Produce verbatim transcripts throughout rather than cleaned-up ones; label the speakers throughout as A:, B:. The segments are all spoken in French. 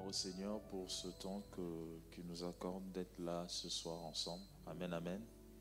A: au Seigneur pour ce temps que, qu'il nous accorde d'être là ce soir ensemble. Amen, amen.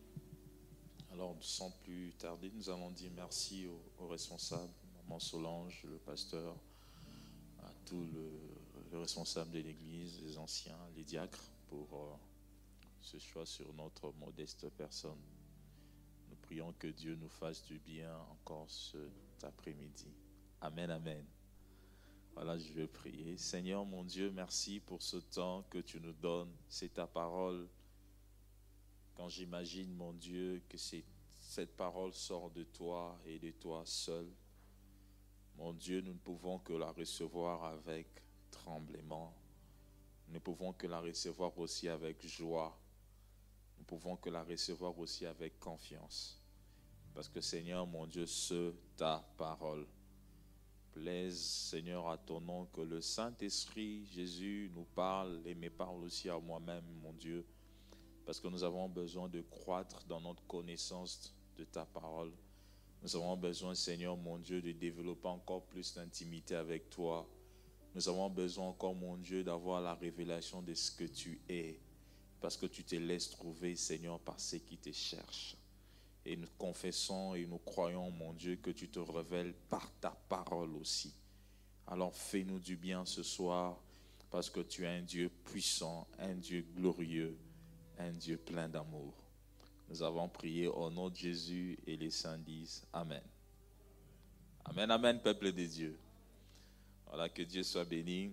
A: Alors, sans plus tarder, nous allons dire merci aux, aux responsables, Maman Solange, le pasteur, à tous le, le responsable de l'église, les anciens, les diacres, pour euh, ce choix sur notre modeste personne. Nous prions que Dieu nous fasse du bien encore cet après-midi. Amen, amen. Voilà, je vais prier. Seigneur mon Dieu, merci pour ce temps que tu nous donnes. C'est ta parole. Quand j'imagine, mon Dieu, que c'est, cette parole sort de toi et de toi seul, mon Dieu, nous ne pouvons que la recevoir avec tremblement. Nous ne pouvons que la recevoir aussi avec joie. Nous ne pouvons que la recevoir aussi avec confiance. Parce que Seigneur, mon Dieu, c'est ta parole. Plaise, Seigneur, à ton nom, que le Saint-Esprit, Jésus, nous parle et me parle aussi à moi-même, mon Dieu, parce que nous avons besoin de croître dans notre connaissance de ta parole. Nous avons besoin, Seigneur, mon Dieu, de développer encore plus d'intimité avec toi. Nous avons besoin encore, mon Dieu, d'avoir la révélation de ce que tu es, parce que tu te laisses trouver, Seigneur, par ceux qui te cherchent. Et nous confessons et nous croyons, mon Dieu, que tu te révèles par ta parole aussi. Alors fais-nous du bien ce soir, parce que tu es un Dieu puissant, un Dieu glorieux, un Dieu plein d'amour. Nous avons prié au nom de Jésus et les saints disent Amen. Amen, amen, peuple de Dieu. Voilà, que Dieu soit béni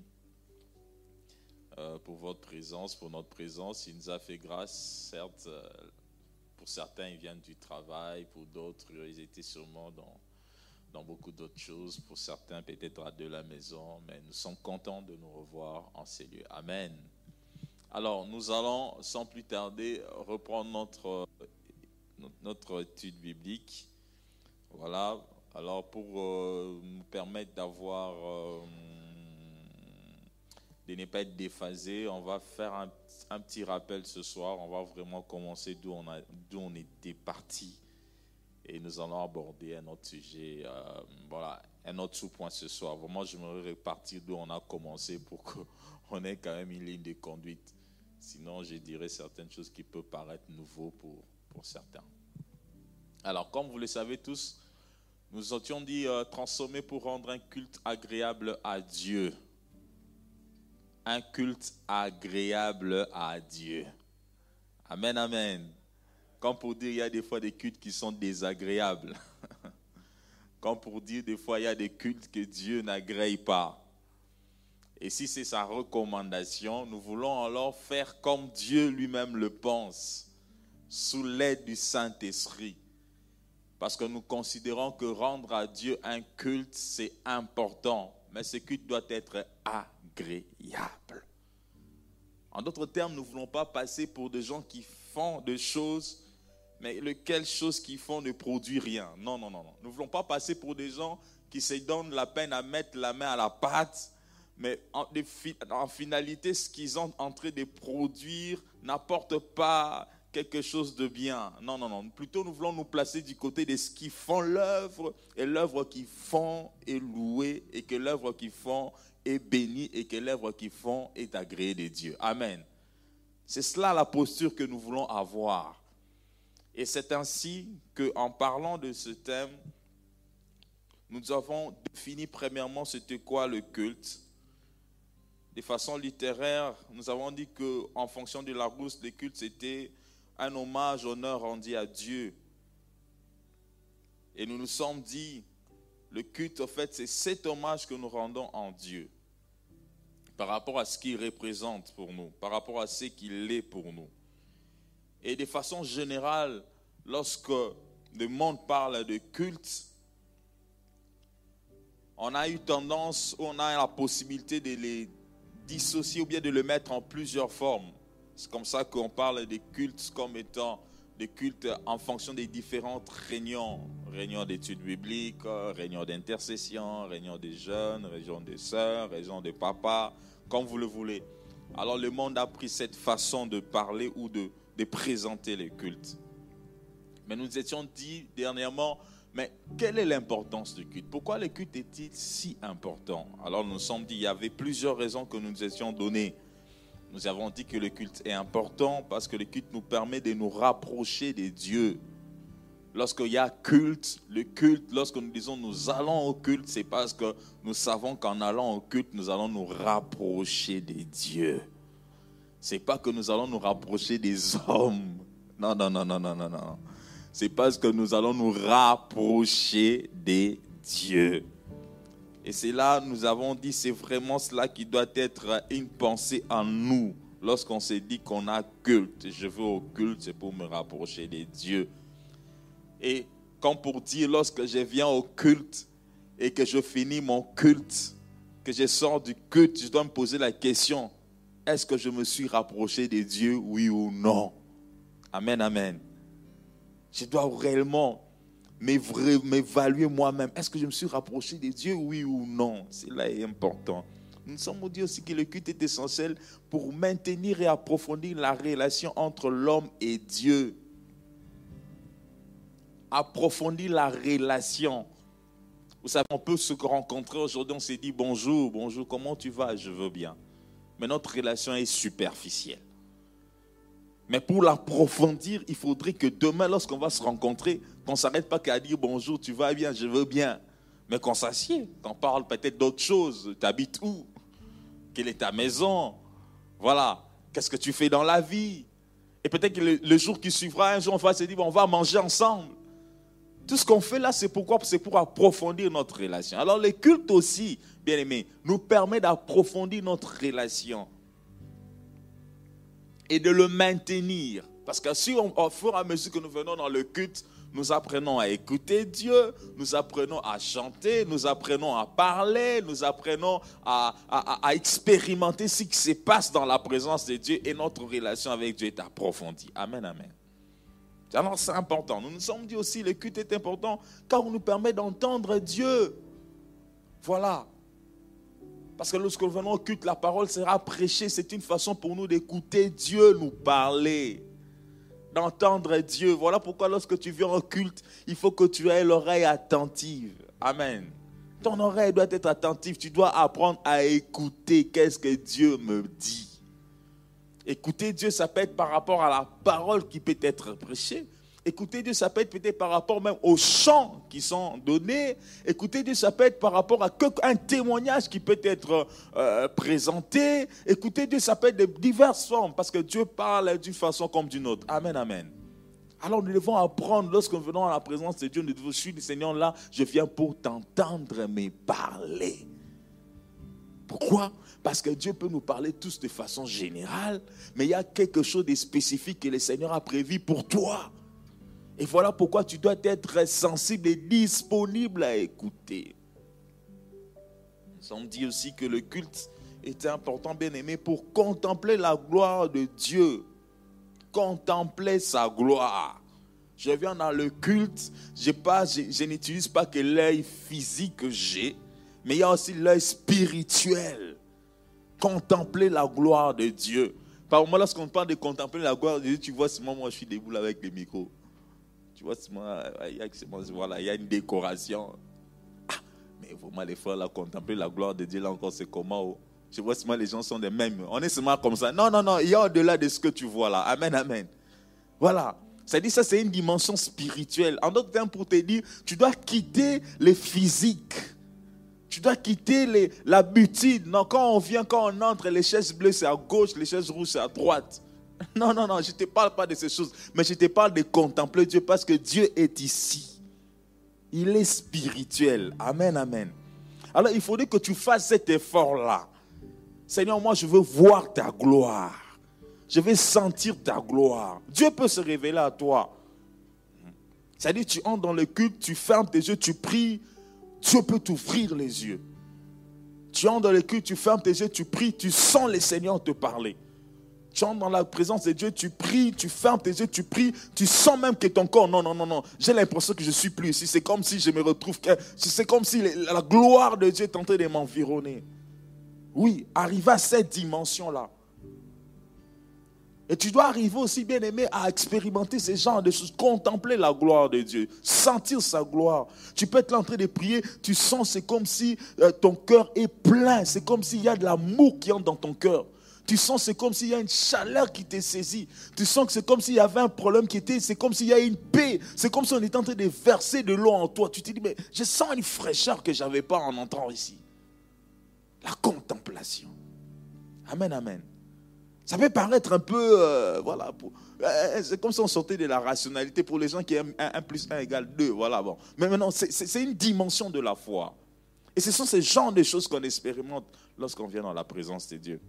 A: euh, pour votre présence, pour notre présence. Il nous a fait grâce, certes. Euh, Pour certains, ils viennent du travail. Pour d'autres, ils étaient sûrement dans, dans beaucoup d'autres choses. Pour certains, peut-être à de la maison. Mais nous sommes contents de nous revoir en ces lieux. Amen. Alors, nous allons, sans plus tarder, reprendre notre, notre étude biblique. Voilà. Alors, pour euh, nous permettre d'avoir... Euh, de ne pas être déphasé, on va faire un, un petit rappel ce soir. On va vraiment commencer d'où on, a, d'où on était parti. Et nous allons aborder un autre sujet, euh, voilà, un autre sous-point ce soir. Vraiment, je me repartir d'où on a commencé pour qu'on ait quand même une ligne de conduite. Sinon, je dirais certaines choses qui peuvent paraître nouveaux pour, pour certains. Alors, comme vous le savez tous, nous étions dit euh, transformer pour rendre un culte agréable à Dieu. Un culte agréable à Dieu. Amen, amen. Comme pour dire, il y a des fois des cultes qui sont désagréables. Comme pour dire, des fois, il y a des cultes que Dieu n'agrée pas. Et si c'est sa recommandation, nous voulons alors faire comme Dieu lui-même le pense, sous l'aide du Saint-Esprit. Parce que nous considérons que rendre à Dieu un culte, c'est important. Mais ce culte doit être agréable. agréable. En d'autres termes, nous ne voulons pas passer pour des gens qui font des choses, mais lesquelles choses qu'ils font ne produisent rien. Non, non, non, non. Nous ne voulons pas passer pour des gens qui se donnent la peine à mettre la main à la pâte, mais en, en finalité, ce qu'ils sont en train de produire n'apporte pas quelque chose de bien. Non, non, non. Plutôt, nous voulons nous placer du côté de ce qui font l'œuvre, et l'œuvre qu'ils font est louée, et que l'œuvre qu'ils font est béni et que l'œuvre qu'ils font est agréée de Dieu. Amen. C'est cela la posture que nous voulons avoir. Et c'est ainsi qu'en parlant de ce thème, nous avons défini premièrement c'était quoi le culte. De façon littéraire, nous avons dit qu'en fonction de Larousse, le culte c'était un hommage, honneur rendu à Dieu. Et nous nous sommes dit, le culte, en fait, c'est cet hommage que nous rendons en Dieu par rapport à ce qu'il représente pour nous, par rapport à ce qu'il est pour nous. Et de façon générale, lorsque le monde parle de culte, on a eu tendance, on a la possibilité de les dissocier ou bien de le mettre en plusieurs formes. C'est comme ça qu'on parle des cultes comme étant des cultes en fonction des différentes réunions. Réunions d'études bibliques, réunions d'intercession, réunions des jeunes, réunions des sœurs, réunions des papas, comme vous le voulez. Alors le monde a pris cette façon de parler ou de, de présenter les cultes. Mais nous étions dit dernièrement Mais quelle est l'importance du culte? Pourquoi le culte est-il si important? Alors nous nous sommes dit, il y avait plusieurs raisons que nous nous étions données. Nous avons dit que le culte est important parce que le culte nous permet de nous rapprocher de Dieu. Lorsqu'il y a culte, le culte, lorsque nous disons nous allons au culte, c'est parce que nous savons qu'en allant au culte, nous allons nous rapprocher de Dieu. C'est pas que nous allons nous rapprocher des hommes. Non, non, non, non, non, non, non. C'est parce que nous allons nous rapprocher de Dieu. Et c'est là, nous avons dit, c'est vraiment cela qui doit être une pensée en nous. Lorsqu'on se dit qu'on a culte, je veux au culte, c'est pour me rapprocher de Dieu. Et comme pour dire, lorsque je viens au culte et que je finis mon culte, que je sors du culte, je dois me poser la question, est-ce que je me suis rapproché de Dieu, oui ou non? Amen, amen. Je dois réellement m'évaluer moi-même. Est-ce que je me suis rapproché de Dieu, oui ou non? Cela est important. Nous sommes dit aussi que le culte est essentiel pour maintenir et approfondir la relation entre l'homme et Dieu. Approfondir la relation. Vous savez, on peut se rencontrer aujourd'hui, on s'est dit bonjour, bonjour, comment tu vas? Je veux bien. Mais notre relation est superficielle. Mais pour l'approfondir, il faudrait que demain, lorsqu'on va se rencontrer, qu'on ne s'arrête pas qu'à dire bonjour, tu vas bien, je veux bien. Mais qu'on s'assied, qu'on parle peut-être d'autres choses. Tu habites où? Quelle est ta maison? Voilà. Qu'est-ce que tu fais dans la vie? Et peut-être que le, le jour qui suivra, un jour, on va se dire, bon, on va manger ensemble. Tout ce qu'on fait là, c'est pourquoi? C'est pour approfondir notre relation. Alors, le culte aussi, bien aimé, nous permet d'approfondir notre relation. Et de le maintenir. Parce que si on, au fur et à mesure que nous venons dans le culte, nous apprenons à écouter Dieu, nous apprenons à chanter, nous apprenons à parler, nous apprenons à, à, à expérimenter ce qui se passe dans la présence de Dieu et notre relation avec Dieu est approfondie. Amen, amen. Alors c'est important. Nous nous sommes dit aussi, le culte est important car on nous permet d'entendre Dieu. Voilà. Parce que lorsque nous venons au culte, la parole sera prêchée. C'est une façon pour nous d'écouter Dieu nous parler. D'entendre Dieu. Voilà pourquoi lorsque tu viens au culte, il faut que tu aies l'oreille attentive. Amen. Ton oreille doit être attentive. Tu dois apprendre à écouter qu'est-ce que Dieu me dit. Écouter Dieu, ça peut être par rapport à la parole qui peut être prêchée. Écouter Dieu, ça peut être peut-être par rapport même aux chants qui sont donnés. Écouter Dieu, ça peut être par rapport à un témoignage qui peut être euh, présenté. Écouter Dieu, ça peut être de diverses formes parce que Dieu parle d'une façon comme d'une autre. Amen, amen. Alors nous devons apprendre, lorsque nous venons à la présence de Dieu, nous devons, je suis le Seigneur là, je viens pour t'entendre me parler. Pourquoi? Parce que Dieu peut nous parler tous de façon générale, mais il y a quelque chose de spécifique que le Seigneur a prévu pour toi. Et voilà pourquoi tu dois être sensible et disponible à écouter. On dit aussi que le culte était important, bien aimé, pour contempler la gloire de Dieu. Contempler sa gloire. Je viens dans le culte, je, pas, je, je n'utilise pas que l'œil physique que j'ai, mais il y a aussi l'œil spirituel. Contempler la gloire de Dieu. Par moment, lorsqu'on parle de contempler la gloire de Dieu, tu vois, moi, moi je suis debout là avec les micros. Tu vois, il y a, voilà, il y a une décoration. Ah, mais vraiment, les frères, là, contempler la gloire de Dieu, là encore, c'est comment? Oh? Je vois seulement les gens sont des mêmes. On est seulement comme ça. Non, non, non, il y a au-delà de ce que tu vois là. Amen, amen. Voilà. C'est-à-dire, ça, c'est une dimension spirituelle. En d'autres termes, pour te dire, tu dois quitter les physiques. Tu dois quitter les, l'habitude. Non, quand on vient, quand on entre, les chaises bleues, c'est à gauche, les chaises rouges, c'est à droite. Non, non, non, je ne te parle pas de ces choses, mais je te parle de contempler Dieu parce que Dieu est ici. Il est spirituel. Amen, amen. Alors, il faudrait que tu fasses cet effort-là. Seigneur, moi, je veux voir ta gloire. Je veux sentir ta gloire. Dieu peut se révéler à toi. C'est-à-dire, tu entres dans le culte, tu fermes tes yeux, tu pries. Dieu peut t'ouvrir les yeux. Tu entres dans le culte, tu fermes tes yeux, tu pries, tu sens le Seigneur te parler. Tu entres dans la présence de Dieu, tu pries, tu fermes tes yeux, tu pries, tu sens même que ton corps, non, non, non, non, j'ai l'impression que je ne suis plus ici. C'est comme si je me retrouve, c'est comme si la gloire de Dieu est en train de m'environner. Oui, arriver à cette dimension-là. Et tu dois arriver aussi, bien aimé, à expérimenter ces genres de choses, contempler la gloire de Dieu, sentir sa gloire. Tu peux être là en train de prier, tu sens, c'est comme si euh, ton cœur est plein, c'est comme s'il y a de l'amour qui entre dans ton cœur. Tu sens, c'est comme s'il y a une chaleur qui t'est saisie. Tu sens que c'est comme s'il y avait un problème qui était, c'est comme s'il y a une paix. C'est comme si on était en train de verser de l'eau en toi. Tu te dis, mais je sens une fraîcheur que je n'avais pas en entrant ici. La contemplation. Amen, amen. Ça peut paraître un peu, euh, voilà, pour, euh, c'est comme si on sortait de la rationalité pour les gens qui aiment un plus un égale deux, voilà, bon. Mais maintenant, c'est, c'est, c'est une dimension de la foi. Et ce sont ces genres de choses qu'on expérimente lorsqu'on vient dans la présence de Dieu.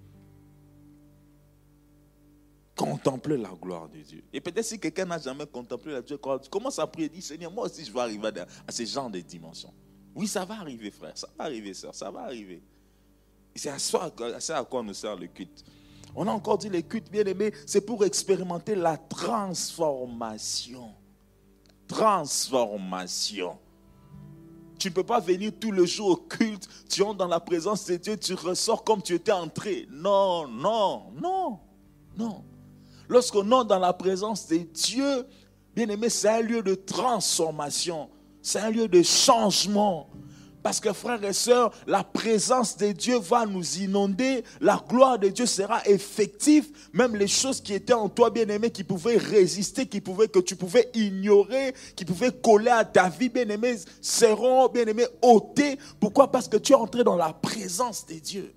A: Contempler la gloire de Dieu. Et peut-être si quelqu'un n'a jamais contemplé la gloire de Dieu, commence à prier et dit, Seigneur, moi aussi je veux arriver à, à ce genre de dimensions. Oui, ça va arriver, frère, ça va arriver, sœur, ça va arriver. Et c'est à ça, à ça à quoi nous sert le culte. On a encore dit les cultes, bien aimés, c'est pour expérimenter la transformation. Transformation. Tu ne peux pas venir tout le jour au culte, tu entres dans la présence de Dieu, tu ressors comme tu étais entré. Non, non, non, non. Lorsqu'on entre dans la présence de Dieu, bien aimé, c'est un lieu de transformation. C'est un lieu de changement. Parce que frères et sœurs, la présence de Dieu va nous inonder, la gloire de Dieu sera effective, même les choses qui étaient en toi, bien-aimé, qui pouvaient résister, qui pouvaient, que tu pouvais ignorer, qui pouvaient coller à ta vie, bien-aimé, seront, bien-aimé, ôtées. Pourquoi? Parce que tu es entré dans la présence de Dieu.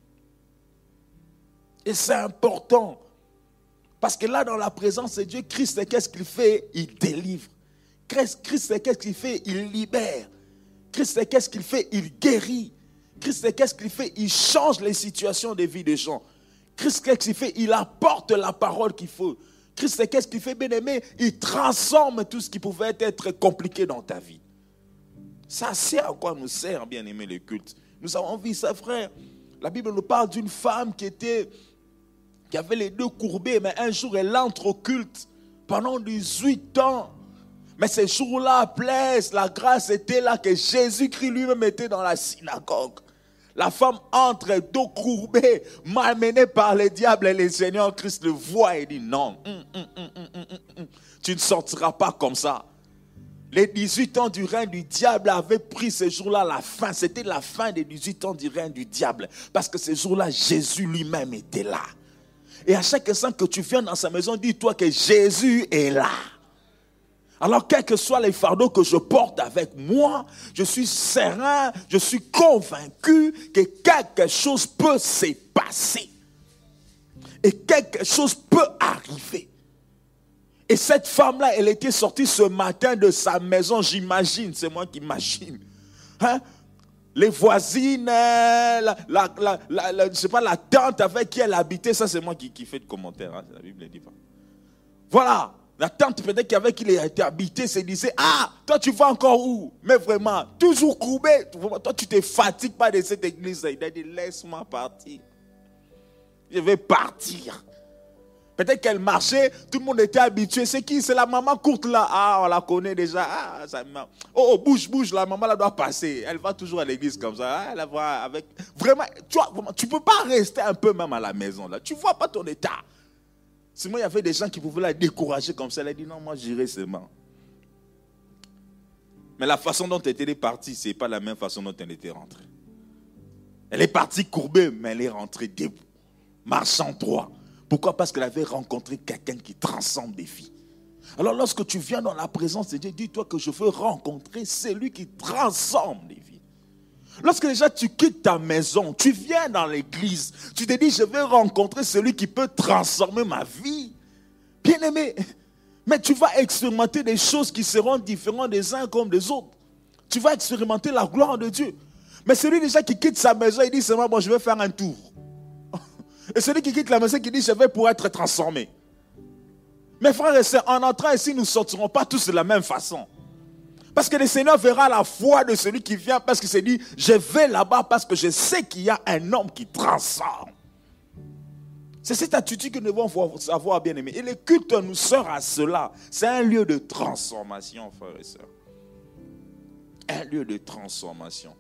A: Et c'est important. Parce que là, dans la présence de Dieu, Christ, qu'est-ce qu'il fait? Il délivre. Christ, Christ qu'est-ce qu'il fait? Il libère. Christ, qu'est-ce qu'il fait? Il guérit. Christ, qu'est-ce qu'il fait? Il change les situations de vie des gens. Christ, qu'est-ce qu'il fait? Il apporte la parole qu'il faut. Christ, qu'est-ce qu'il fait, bien-aimé? Il transforme tout ce qui pouvait être compliqué dans ta vie. Ça, c'est à quoi nous sert, bien-aimé, le culte. Nous avons vu ça, frère. La Bible nous parle d'une femme qui était, qui avait les deux courbés, mais un jour, elle entre au culte pendant dix-huit ans. Mais ces jours-là plaisent, la grâce était là, que Jésus-Christ lui-même était dans la synagogue. La femme entre dos courbé, malmenée par le diable, et le Seigneur Christ le voit et dit non, hum, hum, hum, hum, hum, hum. Tu ne sortiras pas comme ça. Les dix-huit ans du règne du diable avaient pris ce jour-là la fin. C'était la fin des dix-huit ans du règne du diable. Parce que ce jour-là, Jésus lui-même était là. Et à chaque instant que tu viens dans sa maison, dis-toi que Jésus est là. Alors, quels que soient les fardeaux que je porte avec moi, je suis serein, je suis convaincu que quelque chose peut se passer. Et quelque chose peut arriver. Et cette femme-là, elle était sortie ce matin de sa maison, j'imagine, c'est moi qui imagine. Hein? Les voisines, la, la, la, la, la, je sais pas, la tante avec qui elle habitait, ça c'est moi qui, qui fais de commentaires, hein, la Bible ne dit pas. Voilà. La tante peut-être qu'avec qui il a été habité se disait, ah, toi tu vas encore où? Mais vraiment, toujours courbé. Toi tu te fatigues pas de cette église. Il a dit, laisse-moi partir. Je vais partir. Peut-être qu'elle marchait, tout le monde était habitué. C'est qui? C'est la maman courte là. Ah, on la connaît déjà. Ah, ça oh, oh, bouge, bouge, la maman là doit passer. Elle va toujours à l'église comme ça. Ah, elle va avec... Vraiment, tu vois, tu ne peux pas rester un peu même à la maison là. Tu ne vois pas ton état. Sinon, il y avait des gens qui pouvaient la décourager comme ça. Elle a dit, non, moi, j'irai seulement. Mais la façon dont elle était partie, ce n'est pas la même façon dont elle était rentrée. Elle est partie courbée, mais elle est rentrée debout, marchant droit. Pourquoi? Parce qu'elle avait rencontré quelqu'un qui transcende des vies. Alors, lorsque tu viens dans la présence de Dieu, dis-toi que je veux rencontrer celui qui transforme des vies. Lorsque déjà tu quittes ta maison, tu viens dans l'église, tu te dis, je vais rencontrer celui qui peut transformer ma vie. Bien aimé, mais tu vas expérimenter des choses qui seront différentes des uns comme des autres. Tu vas expérimenter la gloire de Dieu. Mais celui déjà qui quitte sa maison, il dit seulement, bon, je vais faire un tour. Et celui qui quitte la maison, qui dit, je vais pour être transformé. Mes frères et sœurs, en entrant ici, nous ne sortirons pas tous de la même façon. Parce que le Seigneur verra la foi de celui qui vient, parce qu'il s'est dit, je vais là-bas parce que je sais qu'il y a un homme qui transforme. C'est cette attitude que nous devons avoir, bien aimé. Et le culte nous sert à cela. C'est un lieu de transformation, frères et sœurs. Un lieu de transformation.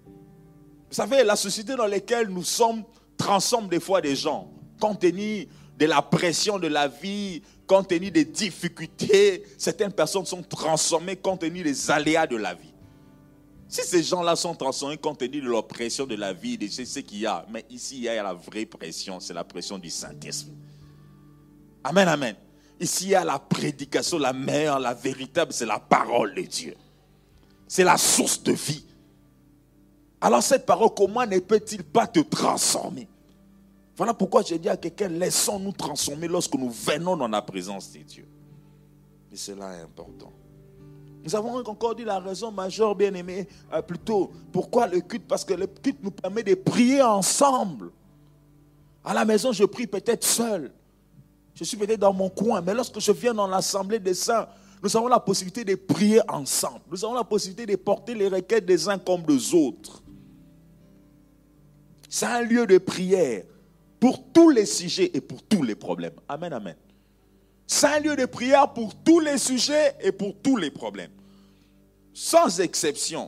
A: Vous savez, la société dans laquelle nous sommes transforme des fois des gens. Compte tenu de la pression de la vie, compte tenu des difficultés, certaines personnes sont transformées compte tenu des aléas de la vie. Si ces gens-là sont transformés compte tenu de leur pression de la vie, de ce qu'il y a, mais ici, il y a la vraie pression, c'est la pression du Saint-Esprit. Amen, amen. Ici, il y a la prédication, la meilleure, la véritable, c'est la parole de Dieu. C'est la source de vie. Alors cette parole, comment ne peut-il pas te transformer? Voilà pourquoi je dis à quelqu'un, laissons-nous transformer lorsque nous venons dans la présence de Dieu. Et cela est important. Nous avons encore dit la raison majeure, bien aimé, euh, plutôt. Pourquoi le culte? Parce que le culte nous permet de prier ensemble. À la maison, je prie peut-être seul. Je suis peut-être dans mon coin. Mais lorsque je viens dans l'assemblée des saints, nous avons la possibilité de prier ensemble. Nous avons la possibilité de porter les requêtes des uns comme des autres. C'est un lieu de prière pour tous les sujets et pour tous les problèmes. Amen, amen. C'est un lieu de prière pour tous les sujets et pour tous les problèmes. Sans exception.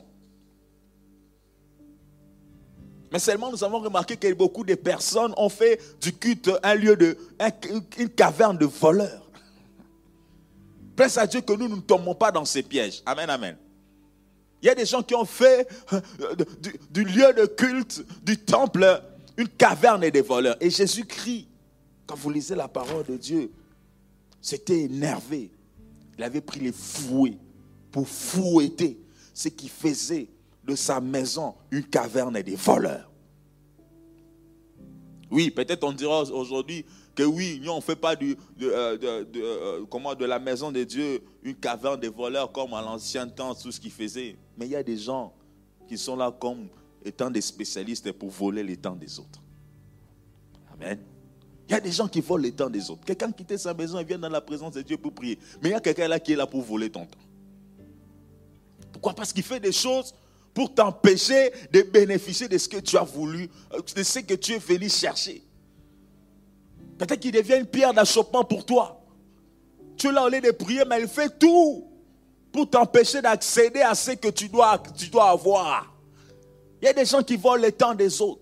A: Mais seulement nous avons remarqué que beaucoup de personnes ont fait du culte un lieu de, un, une caverne de voleurs. Plaise à Dieu que nous, nous ne tombons pas dans ces pièges. Amen, amen. Il y a des gens qui ont fait du, du lieu de culte, du temple, une caverne des voleurs. Et Jésus-Christ, quand vous lisez la parole de Dieu, s'était énervé. Il avait pris les fouets pour fouetter ce qui faisait de sa maison une caverne des voleurs. Oui, peut-être on dira aujourd'hui que oui, nous on ne fait pas du, de, de, de, de, comment, de la maison de Dieu une caverne des voleurs comme à l'ancien temps, tout ce qu'ils faisaient. Mais il y a des gens qui sont là comme étant des spécialistes pour voler les temps des autres. Amen. Il y a des gens qui volent les temps des autres. Quelqu'un quitte sa maison et vient dans la présence de Dieu pour prier. Mais il y a quelqu'un là qui est là pour voler ton temps. Pourquoi? Parce qu'il fait des choses pour t'empêcher de bénéficier de ce que tu as voulu, de ce que tu es venu chercher. Peut-être qu'il devient une pierre d'achoppement pour toi. Tu es là au lieu de prier, mais il fait tout pour t'empêcher d'accéder à ce que tu dois, tu dois avoir. Il y a des gens qui volent le temps des autres.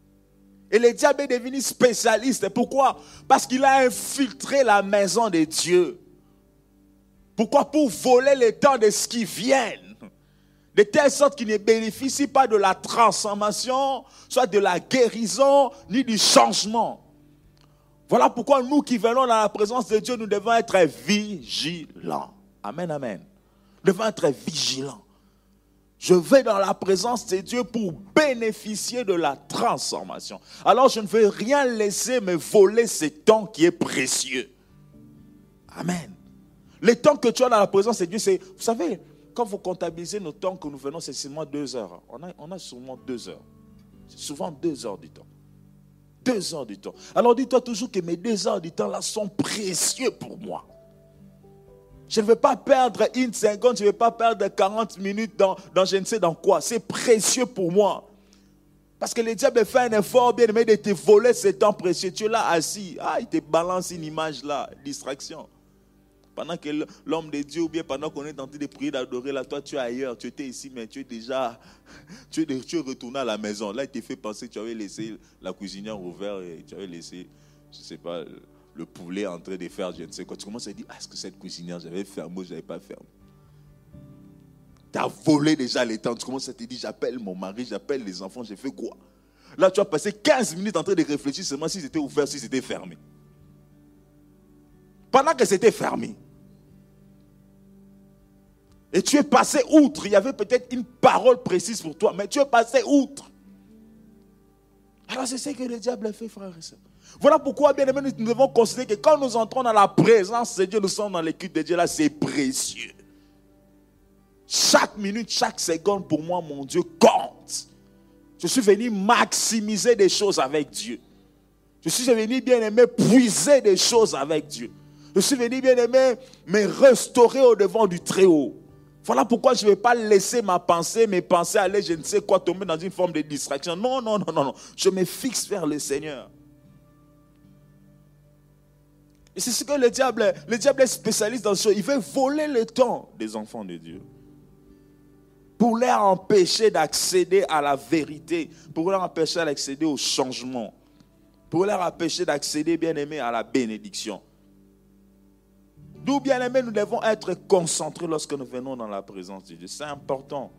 A: Et le diable est devenu spécialiste. Pourquoi? Parce qu'il a infiltré la maison de Dieu. Pourquoi? Pour voler le temps de ce qui vient. De telle sorte qu'il ne bénéficie pas de la transformation, soit de la guérison, ni du changement. Voilà pourquoi nous qui venons dans la présence de Dieu, nous devons être vigilants. Amen, amen. Nous devons être vigilants. Je vais dans la présence de Dieu pour bénéficier de la transformation. Alors je ne veux rien laisser me voler ce temps qui est précieux. Amen. Le temps que tu as dans la présence de Dieu, c'est, vous savez, quand vous comptabilisez nos temps que nous venons, c'est seulement deux heures. On a, on a souvent deux heures. C'est souvent deux heures du temps. Deux heures du temps. Alors dis-toi toujours que mes deux heures du temps là sont précieux pour moi. Je ne vais pas perdre une seconde, je ne vais pas perdre quarante minutes dans, dans je ne sais dans quoi. C'est précieux pour moi. Parce que le diable fait un effort bien aimé de te voler ce temps précieux. Tu es là assis. Ah, il te balance une image là, distraction. Pendant que l'homme de Dieu, ou bien pendant qu'on est en train de prier, d'adorer, là, toi tu es ailleurs, tu étais ici, mais tu es déjà, tu es, tu es retourné à la maison. Là, il te fait penser que tu avais laissé la cuisinière ouverte et tu avais laissé, je ne sais pas, le poulet en train de faire, je ne sais quoi. Tu commences à dire, ah, est-ce que cette cuisinière, j'avais fermé ou je n'avais pas fermé? Tu as volé déjà les temps. Tu commences à te dire, j'appelle mon mari, j'appelle les enfants, j'ai fait quoi? Là, tu as passé quinze minutes en train de réfléchir seulement si c'était ouvert, si c'était fermé. Pendant que c'était fermé. Et tu es passé outre. Il y avait peut-être une parole précise pour toi, mais tu es passé outre. Alors c'est ce que le diable fait, frère et sœur. Voilà pourquoi, bien aimé, nous devons considérer que quand nous entrons dans la présence de Dieu, nous sommes dans l'écoute de Dieu, là, c'est précieux. Chaque minute, chaque seconde, pour moi, mon Dieu, compte. Je suis venu maximiser des choses avec Dieu. Je suis venu, bien aimé, puiser des choses avec Dieu. Je suis venu, bien aimé, me restaurer au devant du Très-Haut. Voilà pourquoi je ne vais pas laisser ma pensée, mes pensées aller, je ne sais quoi, tomber dans une forme de distraction. Non, non, non, non, non. Je me fixe vers le Seigneur. Et c'est ce que le diable, le diable est spécialiste dans ce. Il veut voler le temps des enfants de Dieu. Pour les empêcher d'accéder à la vérité. Pour les empêcher d'accéder au changement. pour leur empêcher d'accéder, bien-aimés, à la bénédiction. D'où, bien-aimés, nous devons être concentrés lorsque nous venons dans la présence de Dieu. C'est important.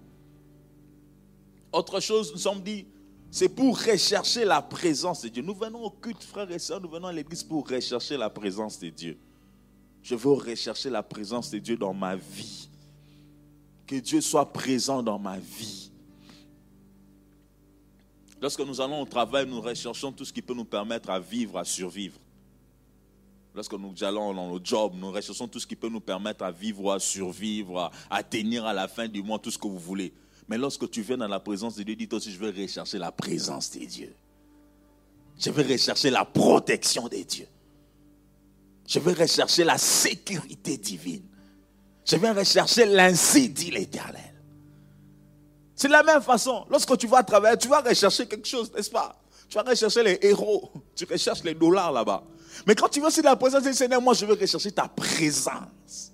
A: Autre chose, nous sommes dit, c'est pour rechercher la présence de Dieu. Nous venons au culte, frères et sœurs, nous venons à l'église pour rechercher la présence de Dieu. Je veux rechercher la présence de Dieu dans ma vie. Que Dieu soit présent dans ma vie. Lorsque nous allons au travail, nous recherchons tout ce qui peut nous permettre à vivre, à survivre. Lorsque nous allons dans nos jobs, nous recherchons tout ce qui peut nous permettre à vivre, à survivre, à, à tenir à la fin du mois tout ce que vous voulez. Mais lorsque tu viens dans la présence de Dieu, dis-toi aussi, je vais rechercher la présence de Dieu. Je vais rechercher la protection de Dieu. Je vais rechercher la sécurité divine. Je vais rechercher l'ainsi dit l'Éternel. C'est de la même façon. Lorsque tu vas travailler, tu vas rechercher quelque chose, n'est-ce pas? Tu vas rechercher les héros. Tu recherches les dollars là-bas. Mais quand tu vas aussi dans la présence du Seigneur, moi je veux rechercher ta présence.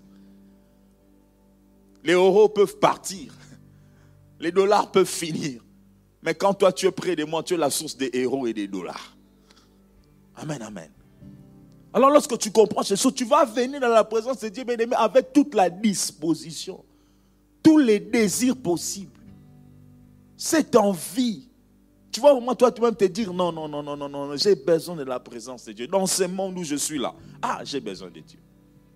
A: Les euros peuvent partir. Les dollars peuvent finir. Mais quand toi tu es près de moi, tu es la source des héros et des dollars. Amen, amen. Alors lorsque tu comprends ces choses, tu vas venir dans la présence de Dieu, bien-aimé, avec toute la disposition. Tous les désirs possibles. Cette envie. Tu vois, au moins toi, tu vas même te dire, non, non, non, non, non, non, j'ai besoin de la présence de Dieu. Dans ce monde où je suis là, ah, j'ai besoin de Dieu.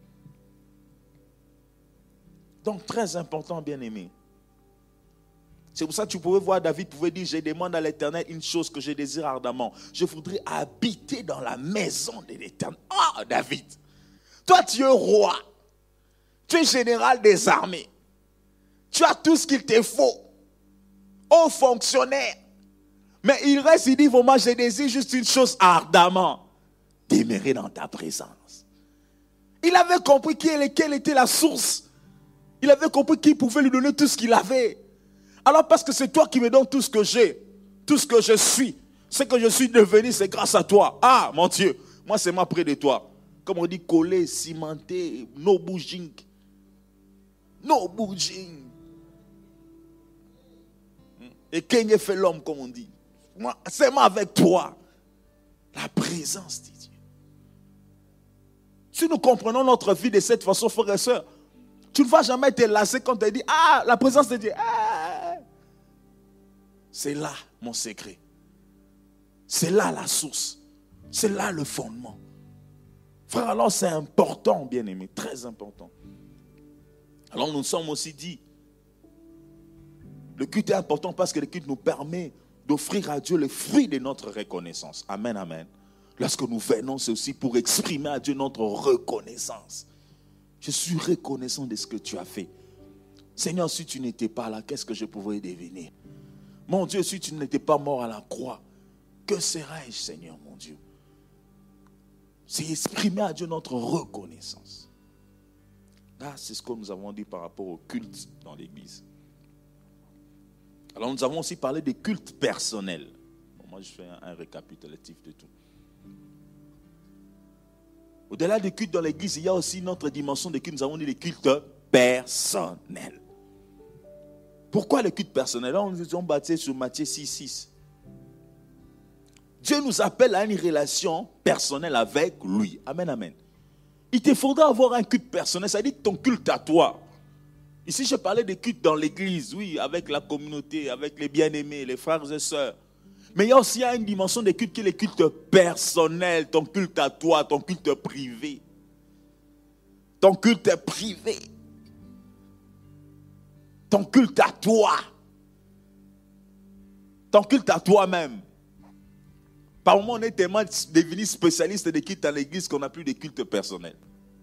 A: Donc, très important, bien-aimé. C'est pour ça que tu pouvais voir, David pouvait dire, je demande à l'Éternel une chose que je désire ardemment. Je voudrais habiter dans la maison de l'Éternel. Ah, David, toi, tu es roi. Tu es général des armées. Tu as tout ce qu'il te faut. Haut fonctionnaire. Mais il reste, il dit, vraiment, je désire juste une chose ardemment. Demeurer dans ta présence. Il avait compris quelle était la source. Il avait compris qu'il pouvait lui donner tout ce qu'il avait. Alors parce que c'est toi qui me donnes tout ce que j'ai, tout ce que je suis, ce que je suis devenu, c'est grâce à toi. Ah, mon Dieu, moi c'est moi près de toi. Comme on dit, collé, cimenté, no bouging. No bouging. Et Kenya fait l'homme, comme on dit. Moi, c'est moi avec toi. La présence de Dieu. Si nous comprenons notre vie de cette façon, frères et sœurs, tu ne vas jamais te lasser quand tu dis, ah, la présence de Dieu. Ah. C'est là mon secret. C'est là la source. C'est là le fondement. Frère, alors c'est important, bien aimé, très important. Alors nous nous sommes aussi dit, le culte est important parce que le culte nous permet d'offrir à Dieu le fruit de notre reconnaissance. Amen, amen. Lorsque nous venons, c'est aussi pour exprimer à Dieu notre reconnaissance. Je suis reconnaissant de ce que tu as fait. Seigneur, si tu n'étais pas là, qu'est-ce que je pouvais devenir? Mon Dieu, si tu n'étais pas mort à la croix, que serais-je, Seigneur, mon Dieu? C'est exprimer à Dieu notre reconnaissance. Là, c'est ce que nous avons dit par rapport au culte dans l'église. Alors, nous avons aussi parlé des cultes personnels. Bon, moi, je fais un, un récapitulatif de tout. Au-delà des cultes dans l'église, il y a aussi une autre dimension de culte. Nous avons dit les cultes personnels. Pourquoi les cultes personnels? Là, nous sommes bâtis sur Matthieu six, six. Dieu nous appelle à une relation personnelle avec lui. Amen, amen. Il te faudra avoir un culte personnel, c'est-à-dire ton culte à toi. Ici, je parlais de culte dans l'église, oui, avec la communauté, avec les bien-aimés, les frères et sœurs. Mais il y a aussi une dimension de culte qui est le culte personnel, ton culte à toi, ton culte privé. Ton culte privé. Ton culte à toi. Ton culte à toi-même. Par moment, on est tellement devenu spécialiste de culte à l'église qu'on n'a plus de culte personnel.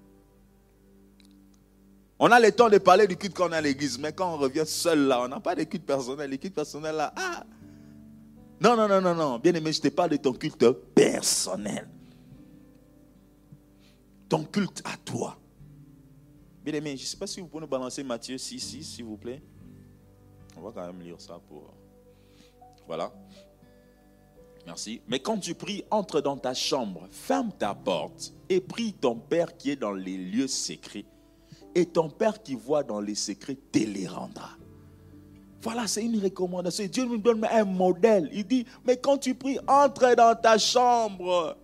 A: On a le temps de parler du culte qu'on a à l'église, mais quand on revient seul là, on n'a pas de culte personnel. Les cultes personnels là, ah! Non, non, non, non, non. Bien aimé, je te parle de ton culte personnel. Ton culte à toi. Bien aimé, je ne sais pas si vous pouvez nous balancer Matthieu six, six, s'il vous plaît. On va quand même lire ça pour... Voilà. Merci. Mais quand tu pries, entre dans ta chambre, ferme ta porte et prie ton Père qui est dans les lieux secrets. Et ton Père qui voit dans les secrets te les rendra. Voilà, c'est une recommandation. Dieu nous donne un modèle. Il dit, mais quand tu pries, entre dans ta chambre.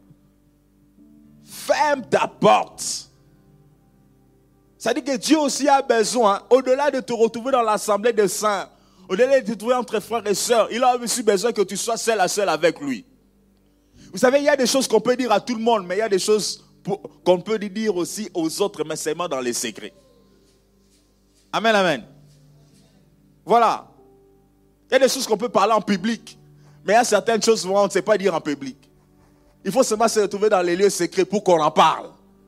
A: Ferme ta porte. Ça dit que Dieu aussi a besoin, au-delà de te retrouver dans l'assemblée des saints, au-delà de te trouver entre frères et sœurs, il a aussi besoin que tu sois seul à seul avec lui. Vous savez, il y a des choses qu'on peut dire à tout le monde, mais il y a des choses pour, qu'on peut dire aussi aux autres, mais seulement dans les secrets. Amen, amen. Voilà. Il y a des choses qu'on peut parler en public, mais il y a certaines choses qu'on ne sait pas dire en public. Il faut seulement se retrouver dans les lieux secrets pour qu'on en parle.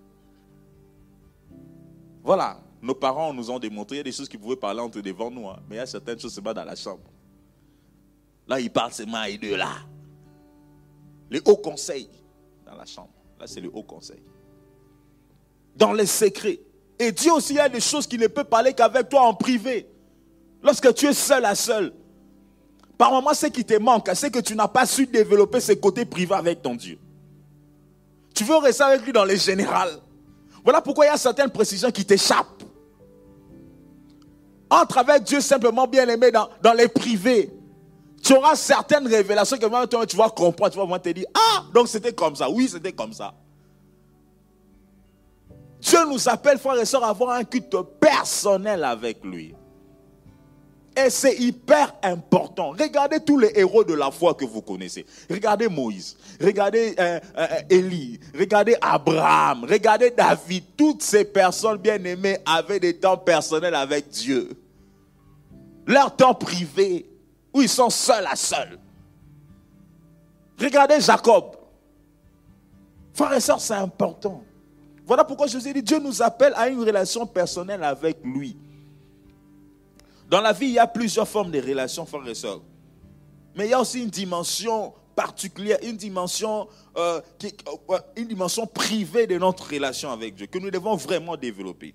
A: Voilà. Nos parents nous ont démontré, il y a des choses qu'ils pouvaient parler entre devant nous, hein, mais il y a certaines choses seulement dans la chambre. Là, ils parlent seulement à deux là. Les hauts conseils dans la chambre. Là, c'est le haut conseil. Dans les secrets. Et Dieu aussi, il y a des choses qu'il ne peut parler qu'avec toi en privé. Lorsque tu es seul à seul. Par moments, ce qui te manque, c'est que tu n'as pas su développer ce côté privé avec ton Dieu. Tu veux rester avec lui dans les générales. Voilà pourquoi il y a certaines précisions qui t'échappent. Entre avec Dieu simplement bien aimé dans, dans les privés. Tu auras certaines révélations que tu vas comprendre, tu vas te dire, ah, donc c'était comme ça. Oui, c'était comme ça. Dieu nous appelle, frères et sœurs, à avoir un culte personnel avec lui. Et c'est hyper important. Regardez tous les héros de la foi que vous connaissez. Regardez Moïse, regardez euh, euh, Élie, regardez Abraham, regardez David. Toutes ces personnes bien-aimées avaient des temps personnels avec Dieu. Leur temps privé, où ils sont seuls à seuls. Regardez Jacob. Frères et sœurs, c'est important. Voilà pourquoi je vous ai dit, Dieu nous appelle à une relation personnelle avec lui. Dans la vie, il y a plusieurs formes de relations, frères et sœurs. Mais il y a aussi une dimension particulière, une dimension, euh, qui, euh, une dimension privée de notre relation avec Dieu, que nous devons vraiment développer.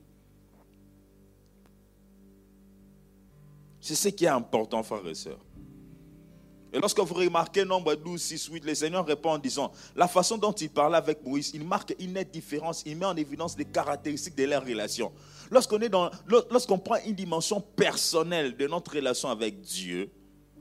A: C'est ce qui est important, frères et sœurs. Et lorsque vous remarquez Nombre douze, six, huit, le Seigneur répond en disant, la façon dont il parlait avec Moïse, il marque une nette différence, il met en évidence les caractéristiques de leur relation. Lorsqu'on est dans, lorsqu'on prend une dimension personnelle de notre relation avec Dieu,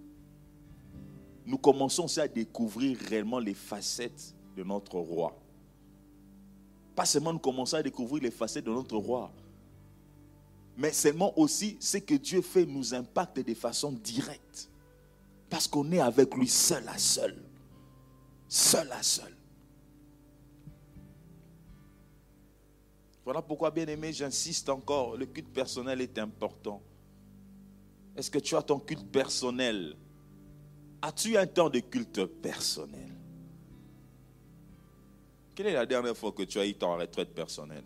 A: nous commençons aussi à découvrir réellement les facettes de notre roi. Pas seulement nous commençons à découvrir les facettes de notre roi, mais seulement aussi ce que Dieu fait nous impacte de façon directe. Parce qu'on est avec lui seul à seul. Seul à seul. Voilà pourquoi, bien aimé, j'insiste encore, le culte personnel est important. Est-ce que tu as ton culte personnel? As-tu un temps de culte personnel? Quelle est la dernière fois que tu as eu ton retraite personnelle?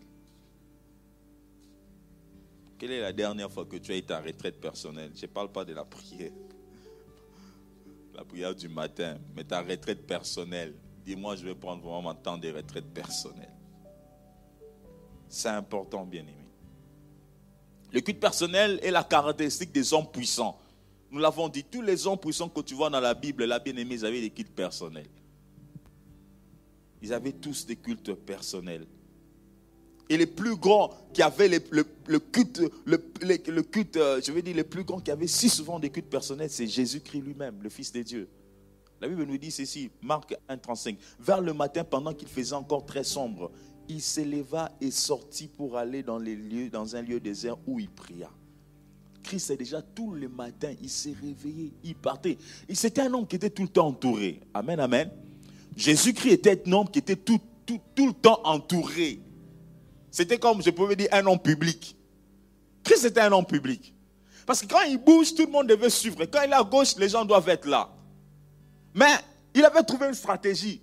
A: Quelle est la dernière fois que tu as eu ta retraite personnelle? Je ne parle pas de la prière. La prière du matin, mais ta retraite personnelle. Dis-moi, je vais prendre vraiment mon temps de retraite personnelle. C'est important, bien-aimé. Le culte personnel est la caractéristique des hommes puissants. Nous l'avons dit, tous les hommes puissants que tu vois dans la Bible, la bien-aimée, ils avaient des cultes personnels. Ils avaient tous des cultes personnels. Et les plus grands qui avaient le, le, le culte, le, le, le culte, je veux dire, les plus grands qui avaient si souvent des cultes personnels, c'est Jésus-Christ lui-même, le Fils de Dieu. La Bible nous dit ceci, Marc un, trente-cinq. Vers le matin, pendant qu'il faisait encore très sombre, il s'éleva et sortit pour aller dans, les lieux, dans un lieu désert où il pria. Christ, c'est déjà tout le matin, il s'est réveillé, il partait. Et c'était un homme qui était tout le temps entouré. Amen, amen. Jésus-Christ était un homme qui était tout, tout, tout le temps entouré. C'était comme, je pouvais dire, un homme public. Christ était un homme public. Parce que quand il bouge, tout le monde devait suivre. Quand il est à gauche, les gens doivent être là. Mais il avait trouvé une stratégie.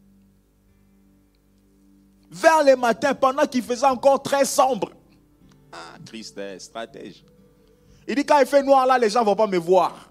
A: Vers le matin, pendant qu'il faisait encore très sombre. Ah, Christ est stratège. Il dit, quand il fait noir là, les gens ne vont pas me voir.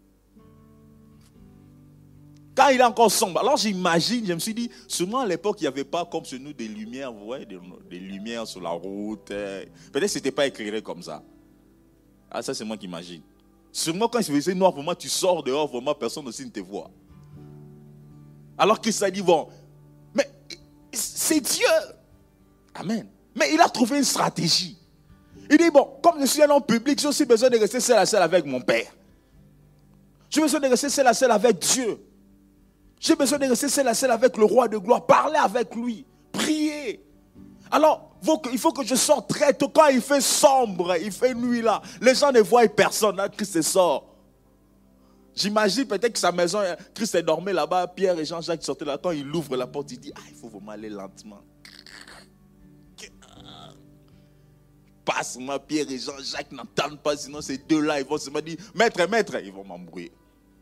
A: Quand il est encore sombre. Alors j'imagine, je me suis dit, sûrement à l'époque, il n'y avait pas comme chez nous des lumières, vous voyez, des, des lumières sur la route. Peut-être que ce n'était pas éclairé comme ça. Ah, ça c'est moi qui imagine. Sûrement quand il faisait noir, vraiment, tu sors dehors, vraiment, personne aussi ne te voit. Alors qu'il s'est dit, bon, mais c'est Dieu. Amen. Mais il a trouvé une stratégie. Il dit, bon, comme je suis un homme public, j'ai aussi besoin de rester seul à seul avec mon Père.
B: J'ai besoin de rester seul à seul avec Dieu. J'ai besoin de rester seul à seul avec le roi de gloire. Parler avec lui. Prier. Alors, il faut que je sorte très tôt. Quand il fait sombre, il fait nuit là. Les gens ne voient personne. Là, Christ sort. J'imagine peut-être que sa maison, Christ est dormi là-bas. Pierre et Jean-Jacques sortaient là. Quand il ouvre la porte, il dit, ah, il faut vraiment aller lentement. Passe, moi, Pierre et Jean-Jacques n'entendent pas. Sinon, ces deux-là, ils vont se dire, maître, maître, ils vont m'embrouiller.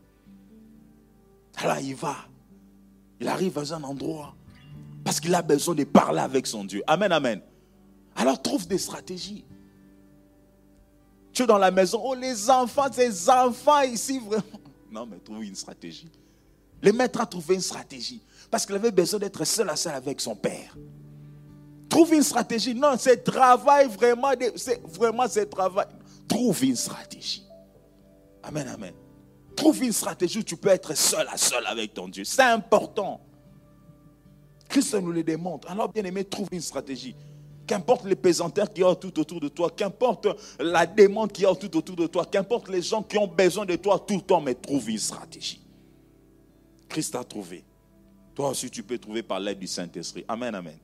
B: Alors, il va. Il arrive dans un endroit. Parce qu'il a besoin de parler avec son Dieu. Amen, amen. Alors, trouve des stratégies. Tu es dans la maison. Oh, les enfants, ces enfants ici, vraiment. Non, mais trouve une stratégie. Le maître a trouvé une stratégie. Parce qu'il avait besoin d'être seul à seul avec son père. Trouve une stratégie. Non, c'est travail vraiment. C'est vraiment c'est travail. Trouve une stratégie. Amen, amen. Trouve une stratégie où tu peux être seul à seul avec ton Dieu. C'est important. Christ nous le démontre. Alors, bien aimé, trouve une stratégie. Qu'importe les pesanteurs qui y a tout autour de toi, qu'importe la démon qui y a tout autour de toi, qu'importe les gens qui ont besoin de toi tout le temps, mais trouve une stratégie. Christ a trouvé. Toi aussi, tu peux trouver par l'aide du Saint-Esprit. Amen, amen.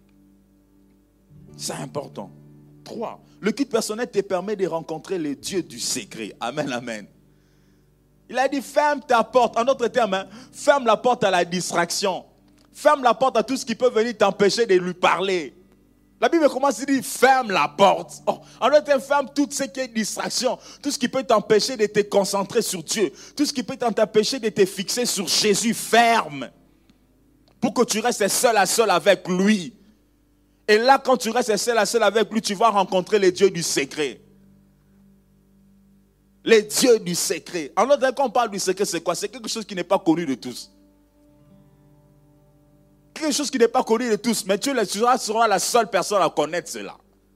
B: C'est important. Trois, le culte personnel te permet de rencontrer le Dieu du secret. Amen, amen. Il a dit, ferme ta porte. En d'autres termes, hein, ferme la porte à la distraction. Ferme la porte à tout ce qui peut venir t'empêcher de lui parler. La Bible commence à dire, ferme la porte. Oh, en d'autres termes, ferme tout ce qui est distraction. Tout ce qui peut t'empêcher de te concentrer sur Dieu. Tout ce qui peut t'empêcher de te fixer sur Jésus. Ferme. Pour que tu restes seul à seul avec lui. Et là, quand tu restes seul à seul avec lui, tu vas rencontrer les dieux du secret. Les dieux du secret. En d'autres termes, quand on parle du secret, c'est quoi? C'est quelque chose qui n'est pas connu de tous. Quelque chose qui n'est pas connu de tous, mais tu seras la seule personne à connaître cela.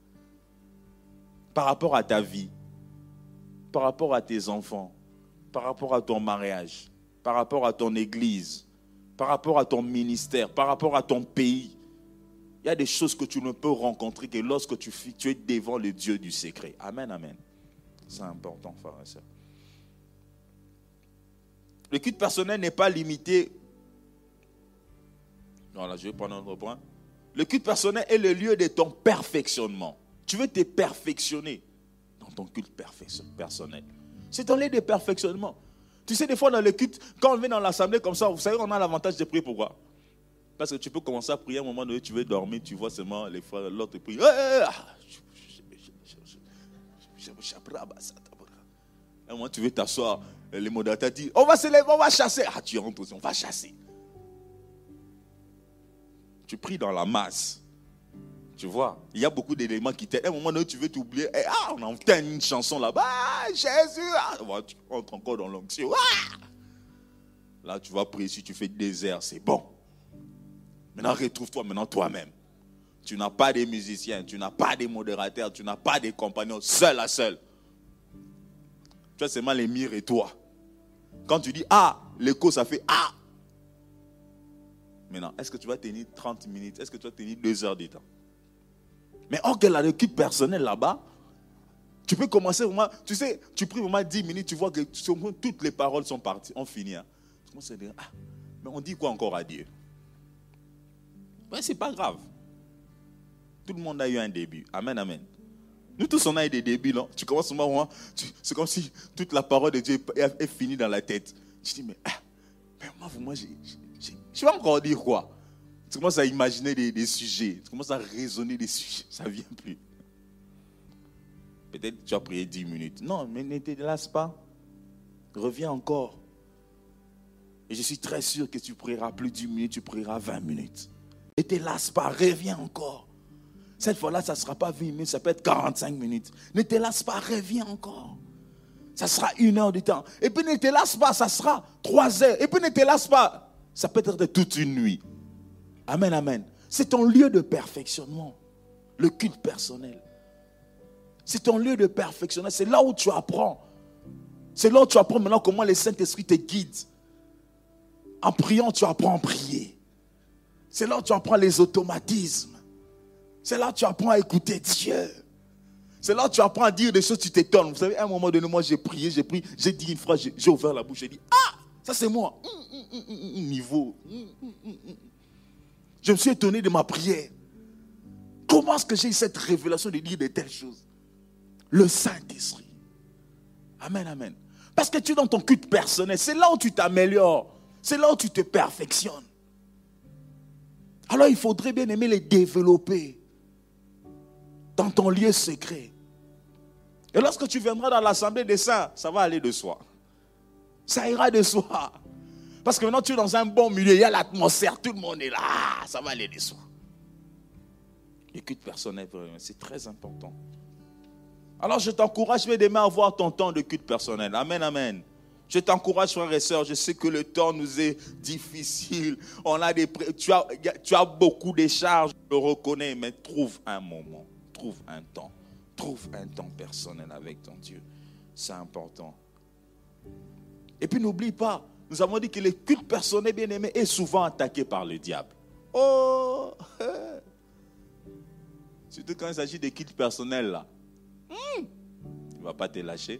B: Par rapport à ta vie, par rapport à tes enfants, par rapport à ton mariage, par rapport à ton église, par rapport à ton ministère, par rapport à ton pays. Il y a des choses que tu ne peux rencontrer que lorsque tu, tu es devant le Dieu du secret. Amen, amen. C'est important, frère et sœur. Le culte personnel n'est pas limité. Voilà, je vais prendre un autre point. Le culte personnel est le lieu de ton perfectionnement. Tu veux te perfectionner dans ton culte personnel. C'est ton lieu de perfectionnement. Tu sais, des fois dans le culte, quand on vient dans l'assemblée comme ça, vous savez, on a l'avantage de prier. Pourquoi? Parce que tu peux commencer à prier à un moment donné, tu veux dormir, tu vois seulement les frères, l'autre prie. À un moment, tu veux t'asseoir, les modérateurs disent, on va se lever, on va chasser. Ah, tu rentres aussi, on va chasser. Tu pries dans la masse. Tu vois, il y a beaucoup d'éléments qui t'aident. À un moment donné, tu veux t'oublier. Et, ah, on entend une chanson là-bas. Ah, Jésus. Ah, tu entres encore dans l'onction. Ah. Là, tu vas prier. Si tu fais désert, c'est bon. Maintenant, retrouve-toi maintenant toi-même. Tu n'as pas de musiciens, tu n'as pas de modérateurs, tu n'as pas de compagnons, seul à seul. Tu as seulement les mires et toi. Quand tu dis ah, l'écho, ça fait ah. Maintenant, est-ce que tu vas tenir trente minutes? Est-ce que tu vas tenir deux heures de temps? Mais or que la l'équipe personnelle là-bas, tu peux commencer vraiment, tu sais, tu pries vraiment dix minutes, tu vois que toutes les paroles sont parties, ont fini. Hein. Tu commences à dire, ah, mais on dit quoi encore à Dieu? Ouais, c'est pas grave. Tout le monde a eu un début. Amen, amen. Nous tous, on a eu des débuts, là. Tu commences à voir, c'est comme si toute la parole de Dieu est, est finie dans la tête. Tu dis, mais, ah, mais moi, moi, j'ai... Je vais encore dire quoi? Tu commences à imaginer des, des sujets. Tu commences à raisonner des sujets. Ça ne vient plus. Peut-être que tu as prié dix minutes. Non, mais ne te lasse pas. Reviens encore. Et je suis très sûr que tu prieras plus dix minutes, tu prieras vingt minutes. Ne te lasse pas, reviens encore. Cette fois-là, ça ne sera pas vingt minutes, ça peut être quarante-cinq minutes. Ne te lasse pas, reviens encore. Ça sera une heure de temps. Et puis ne te lasse pas, ça sera trois heures. Et puis ne te lasse pas. Ça peut être toute une nuit. Amen, amen. C'est ton lieu de perfectionnement. Le culte personnel. C'est ton lieu de perfectionnement. C'est là où tu apprends. C'est là où tu apprends maintenant comment le Saint-Esprit te guide. En priant, tu apprends à prier. C'est là où tu apprends les automatismes. C'est là où tu apprends à écouter Dieu. C'est là où tu apprends à dire des choses, tu t'étonnes. Vous savez, à un moment donné, moi, j'ai prié, j'ai prié, j'ai dit une phrase, j'ai, j'ai ouvert la bouche, j'ai dit, ah, ça c'est moi. Hum, hum, hum, hum, niveau. Hum, hum, hum, hum. Je me suis étonné de ma prière. Comment est-ce que j'ai eu cette révélation de dire de telles choses? Le Saint-Esprit. Amen, amen. Parce que tu es dans ton culte personnel. C'est là où tu t'améliores. C'est là où tu te perfectionnes. Alors il faudrait bien aimer les développer dans ton lieu secret. Et lorsque tu viendras dans l'assemblée des saints, ça va aller de soi. Ça ira de soi. Parce que maintenant tu es dans un bon milieu, il y a l'atmosphère, tout le monde est là, ça va aller de soi. Le culte personnel, c'est très important. Alors je t'encourage demain à avoir ton temps de culte personnel. Amen, amen. Je t'encourage, frères et sœurs, je sais que le temps nous est difficile. On a des, tu, as, tu as beaucoup de charges, je le reconnais, mais trouve un moment, trouve un temps, trouve un temps personnel avec ton Dieu. C'est important. Et puis n'oublie pas, nous avons dit que le culte personnel bien-aimé est souvent attaqué par le diable. Oh! Surtout quand il s'agit de culte personnel là. Hmm. Il ne va pas te lâcher.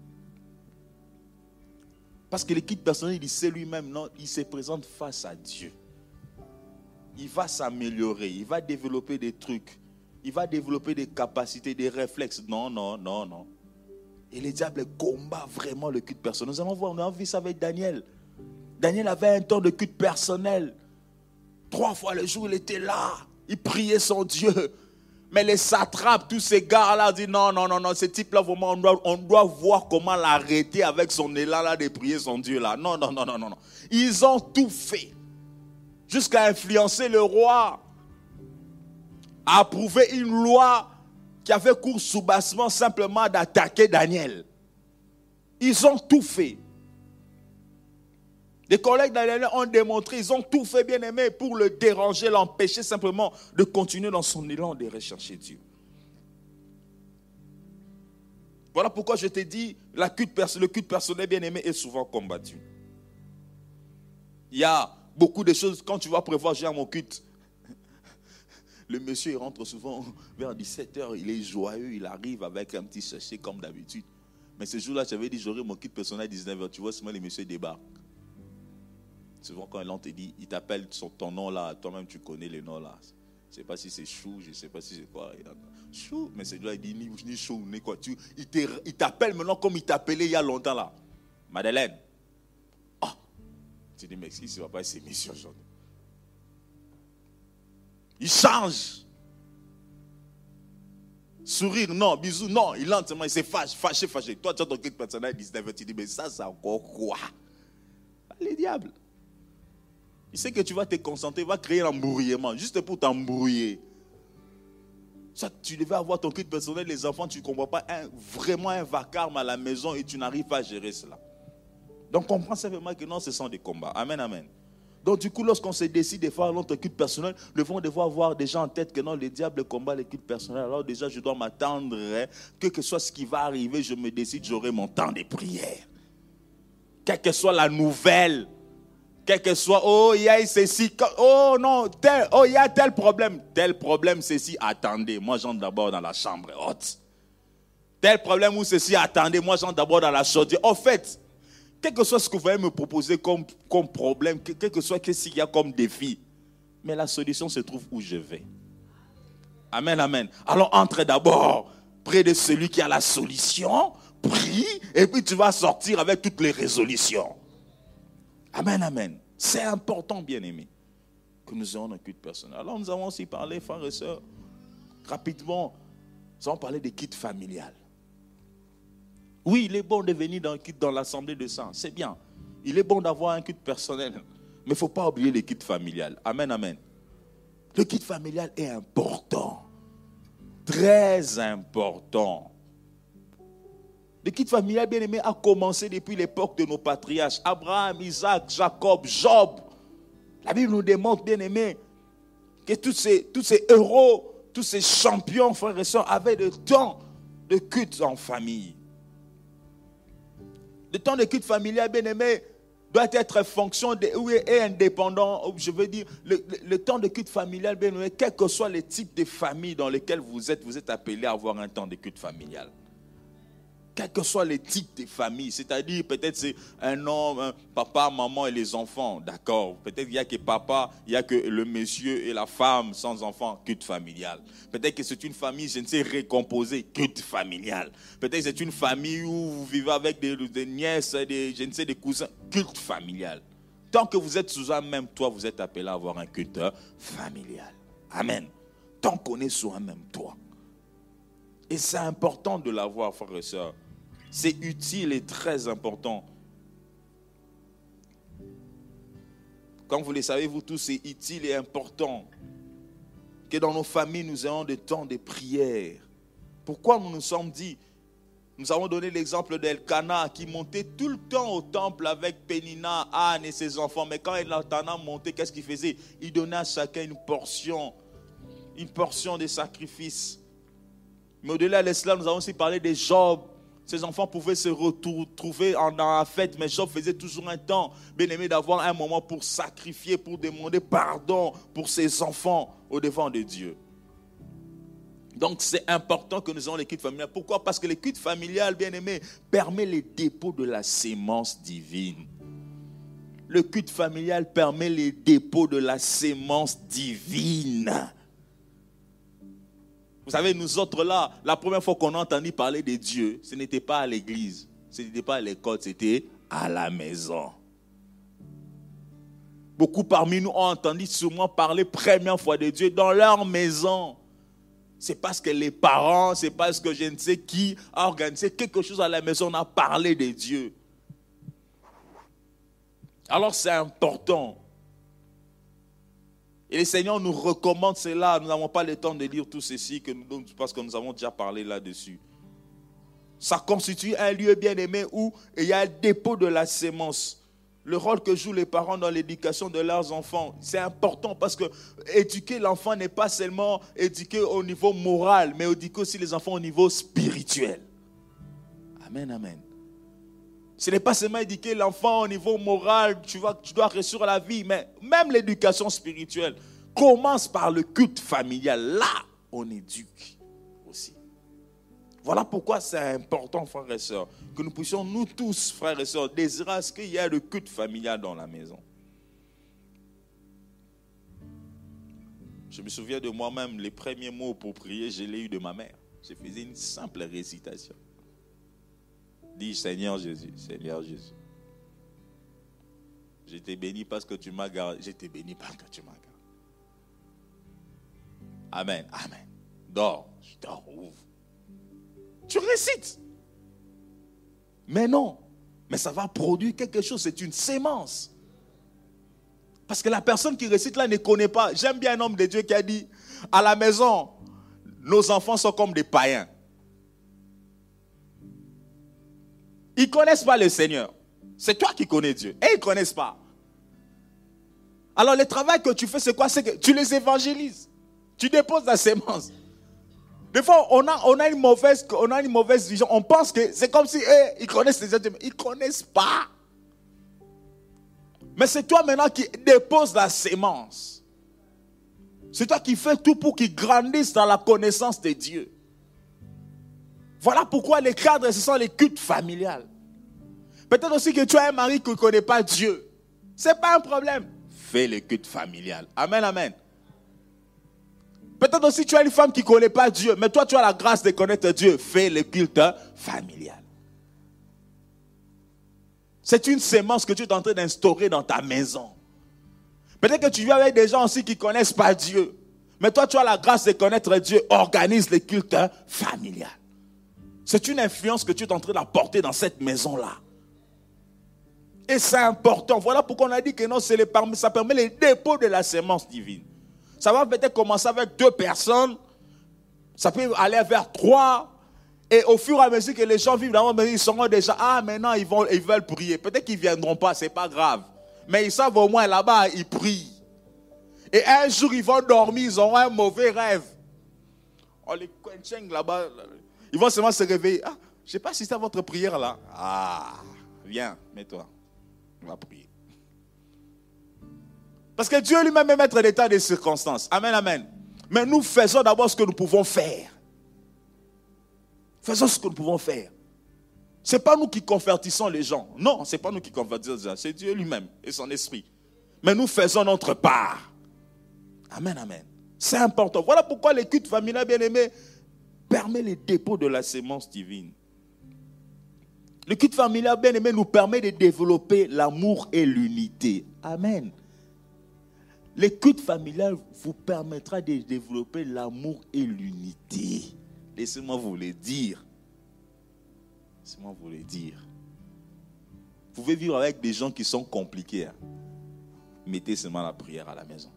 B: Parce que le culte personnel, il sait lui-même, non, il se présente face à Dieu. Il va s'améliorer, il va développer des trucs, il va développer des capacités, des réflexes. Non, non, non, non. Et le diable combat vraiment le culte personnel. Nous allons voir, on a vu ça avec Daniel. Daniel avait un temps de culte personnel. Trois fois le jour, il était là. Il priait son Dieu. Mais les satrapes, tous ces gars-là, disent non, non, non, non, ce type-là, vraiment, on doit, on doit voir comment l'arrêter avec son élan là de prier son Dieu là. Non, non, non, non, non. Ils ont tout fait. Jusqu'à influencer le roi à approuver une loi qui avait cours sous-bassement simplement d'attaquer Daniel. Ils ont tout fait. Les collègues d'Daniel ont démontré, ils ont tout fait, bien aimé, pour le déranger, l'empêcher simplement de continuer dans son élan de rechercher Dieu. Voilà pourquoi je t'ai dit, la culte, le culte personnel, bien aimé, est souvent combattu. Il y a beaucoup de choses, quand tu vas prévoir, j'ai mon culte. Le monsieur, il rentre souvent vers dix-sept heures, il est joyeux, il arrive avec un petit sachet comme d'habitude. Mais ce jour-là, j'avais dit, j'aurai mon culte personnel à dix-neuf heures. Tu vois, seulement les messieurs débarquent. Souvent, quand l'on te dit, il t'appelle sur ton nom là, toi-même tu connais le nom là. Je ne sais pas si c'est Chou, je ne sais pas si c'est quoi. Chou, mais c'est là, il dit ni, ni Chou, ni quoi. Tu, il, il t'appelle maintenant comme il t'appelait il y a longtemps là. Madeleine. Ah, tu dis, mais si, ce ne va pas être ces missions aujourd'hui. Il change. Sourire, non. Bisous, non. Il lentement, il s'est fâché, fâché, fâché. Toi, tu as ton culte personnel dix-neuf heures, tu dis, mais ça, c'est encore quoi? Les diables. Il sait que tu vas te concentrer, il va créer l'embrouillement, juste pour t'embrouiller. Ça, tu devais avoir ton culte personnel, les enfants, tu ne comprends pas un, vraiment un vacarme à la maison et tu n'arrives pas à gérer cela. Donc, comprends simplement que non, ce sont des combats. Amen, amen. Donc, du coup, lorsqu'on se décide de faire notre culte personnel, nous devons devoir avoir déjà en tête que non, le diable combat le culte personnel. Alors, déjà, je dois m'attendre, hein, que que soit ce qui va arriver, je me décide, j'aurai mon temps de prière. Quelle que soit la nouvelle, quel que soit, oh, il y a ceci, oh non, tel, oh, il y a tel problème, tel problème, ceci, attendez, moi j'entre d'abord dans la chambre haute. Tel problème ou ceci, attendez, moi j'entre d'abord dans la chaudière. En fait, quel que soit ce que vous allez me proposer comme, comme problème, quel que soit ce qu'il y a comme défi, mais la solution se trouve où je vais. Amen, amen. Alors entre d'abord près de celui qui a la solution, prie, et puis tu vas sortir avec toutes les résolutions. Amen, amen. C'est important, bien-aimés, que nous ayons un culte personnel. Alors nous avons aussi parlé, frères et sœurs, rapidement, nous avons parlé des cultes familiales. Oui, il est bon de venir dans, dans l'assemblée de saints, c'est bien. Il est bon d'avoir un culte personnel, mais il ne faut pas oublier le culte familial. Amen, amen. Le culte familial est important, très important. Le culte familial, bien aimé, a commencé depuis l'époque de nos patriarches. Abraham, Isaac, Jacob, Job. La Bible nous démontre, bien aimé, que tous ces, tous ces héros, tous ces champions, frères et sœurs, avaient le temps de culte en famille. Le temps de culte familial, bien aimé, doit être fonction de, et indépendant. Je veux dire, le, le, le temps de culte familial, bien aimé, quels que soient les types de familles dans lesquelles vous êtes, vous êtes appelés à avoir un temps de culte familial. Quels que soient les types de familles, c'est-à-dire peut-être c'est un homme, un papa, maman et les enfants, d'accord. Peut-être il n'y a que papa, il n'y a que le monsieur et la femme sans enfants, culte familial. Peut-être que c'est une famille, je ne sais, récomposée, culte familial. Peut-être que c'est une famille où vous vivez avec des, des nièces, des, je ne sais, des cousins, culte familial. Tant que vous êtes sous un même toit, vous êtes appelé à avoir un culte familial. Amen. Tant qu'on est sous un même toit. Et c'est important de l'avoir, frères et sœurs. C'est utile et très important. Comme vous le savez, vous tous, c'est utile et important que dans nos familles, nous ayons des temps de prière. Pourquoi nous nous sommes dit, nous avons donné l'exemple d'Elkana qui montait tout le temps au temple avec Pénina, Anne et ses enfants. Mais quand Elkana montait, qu'est-ce qu'il faisait? Il donnait à chacun une portion, une portion de sacrifice. Mais au-delà de cela, nous avons aussi parlé de Job. Ses enfants pouvaient se retrouver dans la fête, mais Job faisait toujours un temps, bien aimé, d'avoir un moment pour sacrifier, pour demander pardon pour ses enfants au devant de Dieu. Donc c'est important que nous ayons les cultes familiales. Pourquoi? Parce que les cultes familiales, bien aimé, permet les dépôts de la sémence divine. Le culte familial permet les dépôts de la sémence divine. Vous savez, nous autres là, la première fois qu'on a entendu parler de Dieu, ce n'était pas à l'église, ce n'était pas à l'école, c'était à la maison. Beaucoup parmi nous ont entendu sûrement parler première fois de Dieu dans leur maison. C'est parce que les parents, c'est parce que je ne sais qui a organisé quelque chose à la maison, on a parlé de Dieu. Alors c'est important. Et le Seigneur nous recommande cela. Nous n'avons pas le temps de lire tout ceci que nous, parce que nous avons déjà parlé là-dessus. Ça constitue un lieu bien aimé où il y a un dépôt de la sémence. Le rôle que jouent les parents dans l'éducation de leurs enfants, c'est important parce que éduquer l'enfant n'est pas seulement éduquer au niveau moral, mais éduquer aussi les enfants au niveau spirituel. Amen, amen. Ce n'est pas seulement éduquer l'enfant au niveau moral, tu vois, tu dois réussir la vie, mais même l'éducation spirituelle commence par le culte familial. Là, on éduque aussi. Voilà pourquoi c'est important, frères et sœurs, que nous puissions, nous tous, frères et sœurs, désirer à ce qu'il y ait le culte familial dans la maison. Je me souviens de moi-même, les premiers mots pour prier, je l'ai eu de ma mère. Je faisais une simple récitation. Dis Seigneur Jésus, Seigneur Jésus. Je t'ai béni parce que tu m'as gardé. Je t'ai béni parce que tu m'as gardé. Amen, amen. Dors, je dors, ouvre. Tu récites. Mais non, mais ça va produire quelque chose, c'est une sémence. Parce que la personne qui récite là ne connaît pas. J'aime bien un homme de Dieu qui a dit, à la maison, nos enfants sont comme des païens. Ils ne connaissent pas le Seigneur. C'est toi qui connais Dieu. Et ils ne connaissent pas. Alors le travail que tu fais, c'est quoi? C'est que tu les évangélises. Tu déposes la sémence. Des fois, on a, on a, une, mauvaise, on a une mauvaise vision. On pense que c'est comme si hey, ils connaissent les autres. Ils ne connaissent pas. Mais c'est toi maintenant qui déposes la sémence. C'est toi qui fais tout pour qu'ils grandissent dans la connaissance de Dieu. Voilà pourquoi les cadres, ce sont les cultes familiales. Peut-être aussi que tu as un mari qui ne connaît pas Dieu. Ce n'est pas un problème. Fais le culte familial. Amen, amen. Peut-être aussi que tu as une femme qui ne connaît pas Dieu, mais toi tu as la grâce de connaître Dieu. Fais le culte familial. C'est une sémence que tu es en train d'instaurer dans ta maison. Peut-être que tu vis avec des gens aussi qui ne connaissent pas Dieu. Mais toi tu as la grâce de connaître Dieu. Organise le culte familial. C'est une influence que tu es en train d'apporter dans cette maison-là. Et c'est important. Voilà pourquoi on a dit que non, c'est les, ça permet les dépôts de la sémence divine. Ça va peut-être commencer avec deux personnes. Ça peut aller vers trois. Et au fur et à mesure que les gens vivent là-bas, ils seront déjà, ah maintenant ils, vont, ils veulent prier. Peut-être qu'ils ne viendront pas, ce n'est pas grave. Mais ils savent au moins là-bas, ils prient. Et un jour, ils vont dormir, ils auront un mauvais rêve. On les quencheng là-bas. Ils vont seulement se réveiller. Ah, je n'ai pas assisté à votre prière là. Ah, viens, mets-toi. On va prier. Parce que Dieu lui-même est maître d'état des circonstances. Amen, amen. Mais nous faisons d'abord ce que nous pouvons faire. Faisons ce que nous pouvons faire. Ce n'est pas nous qui convertissons les gens. Non, ce n'est pas nous qui convertissons les gens. C'est Dieu lui-même et son esprit. Mais nous faisons notre part. Amen, amen. C'est important. Voilà pourquoi les cultes familiaux, bien-aimés, permet le dépôt de la sémence divine. Le culte familial, bien-aimé, nous permet de développer l'amour et l'unité. Amen. Le culte familial vous permettra de développer l'amour et l'unité. Laissez-moi vous le dire. Laissez-moi vous le dire. Vous pouvez vivre avec des gens qui sont compliqués. Hein. Mettez seulement la prière à la maison.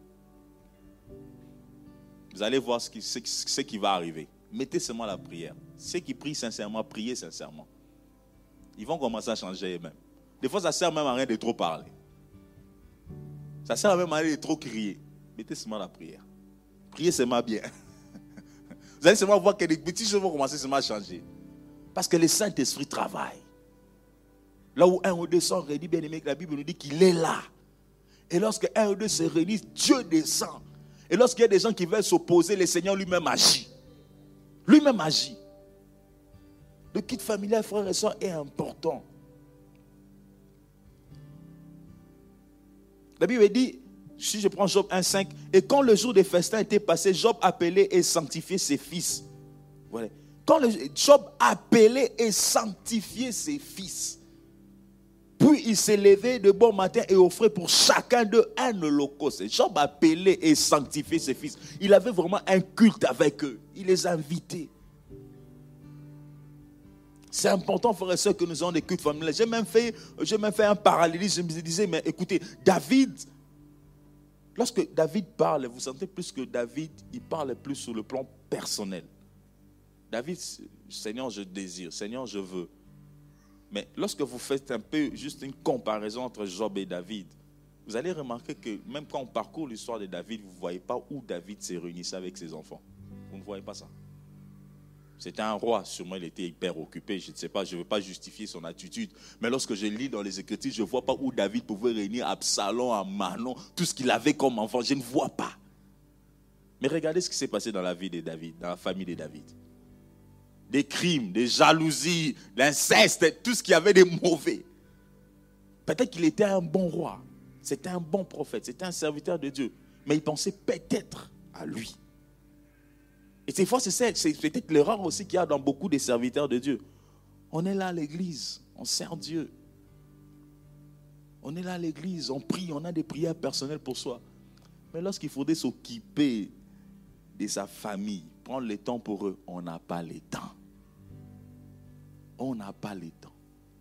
B: Vous allez voir ce qui, ce, ce qui va arriver. Mettez seulement la prière. Ceux qui prient sincèrement, priez sincèrement. Ils vont commencer à changer eux-mêmes. Des fois, ça sert même à rien de trop parler. Ça sert même à rien de trop crier. Mettez seulement la prière. Priez seulement bien. Vous allez seulement voir que les petites choses vont commencer seulement à changer. Parce que le Saint-Esprit travaille. Là où un ou deux sont réunis, bien aimé, la Bible nous dit qu'il est là. Et lorsque un ou deux se réunissent, Dieu descend. Et lorsqu'il y a des gens qui veulent s'opposer, le Seigneur lui-même agit. Lui-même agit. Le culte familial, frères et sœurs, est important. La Bible dit, si je prends Job un cinq, et quand le jour des festins était passé, Job appelait et sanctifiait ses fils. Voilà. Quand le, Job appelait et sanctifiait ses fils. Puis il s'est levé de bon matin et offrait pour chacun d'eux un holocauste. Job appelait et sanctifiait ses fils. Il avait vraiment un culte avec eux. Il les invitait. C'est important, frères et sœurs, que nous ayons des cultes familiaux. J'ai même fait, j'ai même fait un parallélisme. Je me disais, mais écoutez, David, lorsque David parle, vous sentez plus que David, il parle plus sur le plan personnel. David, Seigneur, je désire, Seigneur, je veux. Mais lorsque vous faites un peu juste une comparaison entre Job et David, vous allez remarquer que même quand on parcourt l'histoire de David, vous ne voyez pas où David s'est réuni avec ses enfants. Vous ne voyez pas ça. C'était un roi, sûrement il était hyper occupé, je ne sais pas, je ne veux pas justifier son attitude. Mais lorsque je lis dans les Écritures, je ne vois pas où David pouvait réunir Absalom, Amnon, tout ce qu'il avait comme enfant, je ne vois pas. Mais regardez ce qui s'est passé dans la vie de David, dans la famille de David. Des crimes, des jalousies, l'inceste, tout ce qu'il y avait de mauvais. Peut-être qu'il était un bon roi, c'était un bon prophète, c'était un serviteur de Dieu. Mais il pensait peut-être à lui. Et ces fois, c'est, c'est peut-être l'erreur aussi qu'il y a dans beaucoup de serviteurs de Dieu. On est là à l'église, on sert Dieu. On est là à l'église, on prie, on a des prières personnelles pour soi. Mais lorsqu'il faudrait s'occuper de sa famille, prendre le temps pour eux, on n'a pas le temps. On n'a pas le temps.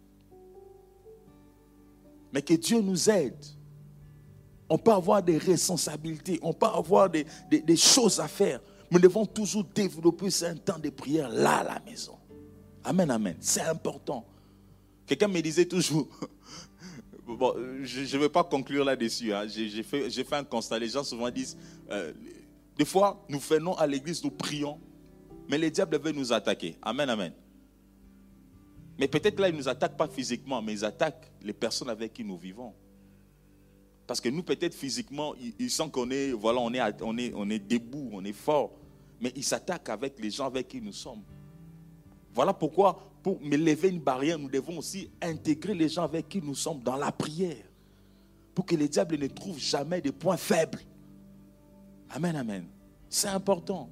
B: Mais que Dieu nous aide. On peut avoir des responsabilités, on peut avoir des, des, des choses à faire. Nous devons toujours développer un temps de prière là à la maison. Amen, amen. C'est important. Quelqu'un me disait toujours, bon, je ne vais pas conclure là-dessus. Hein. J'ai, j'ai, fait, j'ai fait un constat. Les gens souvent disent, euh, des fois, nous venons à l'église, nous prions, mais les diables veulent nous attaquer. Amen, amen. Mais peut-être là, ils ne nous attaquent pas physiquement, mais ils attaquent les personnes avec qui nous vivons. Parce que nous, peut-être physiquement, ils sentent qu'on est, voilà, on est, on est, on est debout, on est fort. Mais ils s'attaquent avec les gens avec qui nous sommes. Voilà pourquoi, pour me lever une barrière, nous devons aussi intégrer les gens avec qui nous sommes dans la prière. Pour que les diables ne trouvent jamais de points faibles. Amen, amen. C'est important.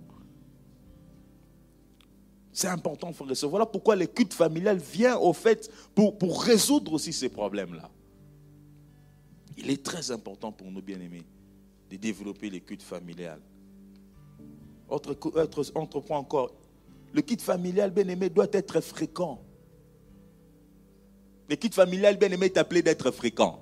B: C'est important, frère et sœur. Voilà pourquoi le culte familial vient au fait pour, pour résoudre aussi ces problèmes-là. Il est très important pour nous, bien-aimés, de développer le culte familial. Autre, autre, autre point encore, le culte familial, bien-aimé, doit être fréquent. Le culte familial, bien-aimé, est appelé d'être fréquent.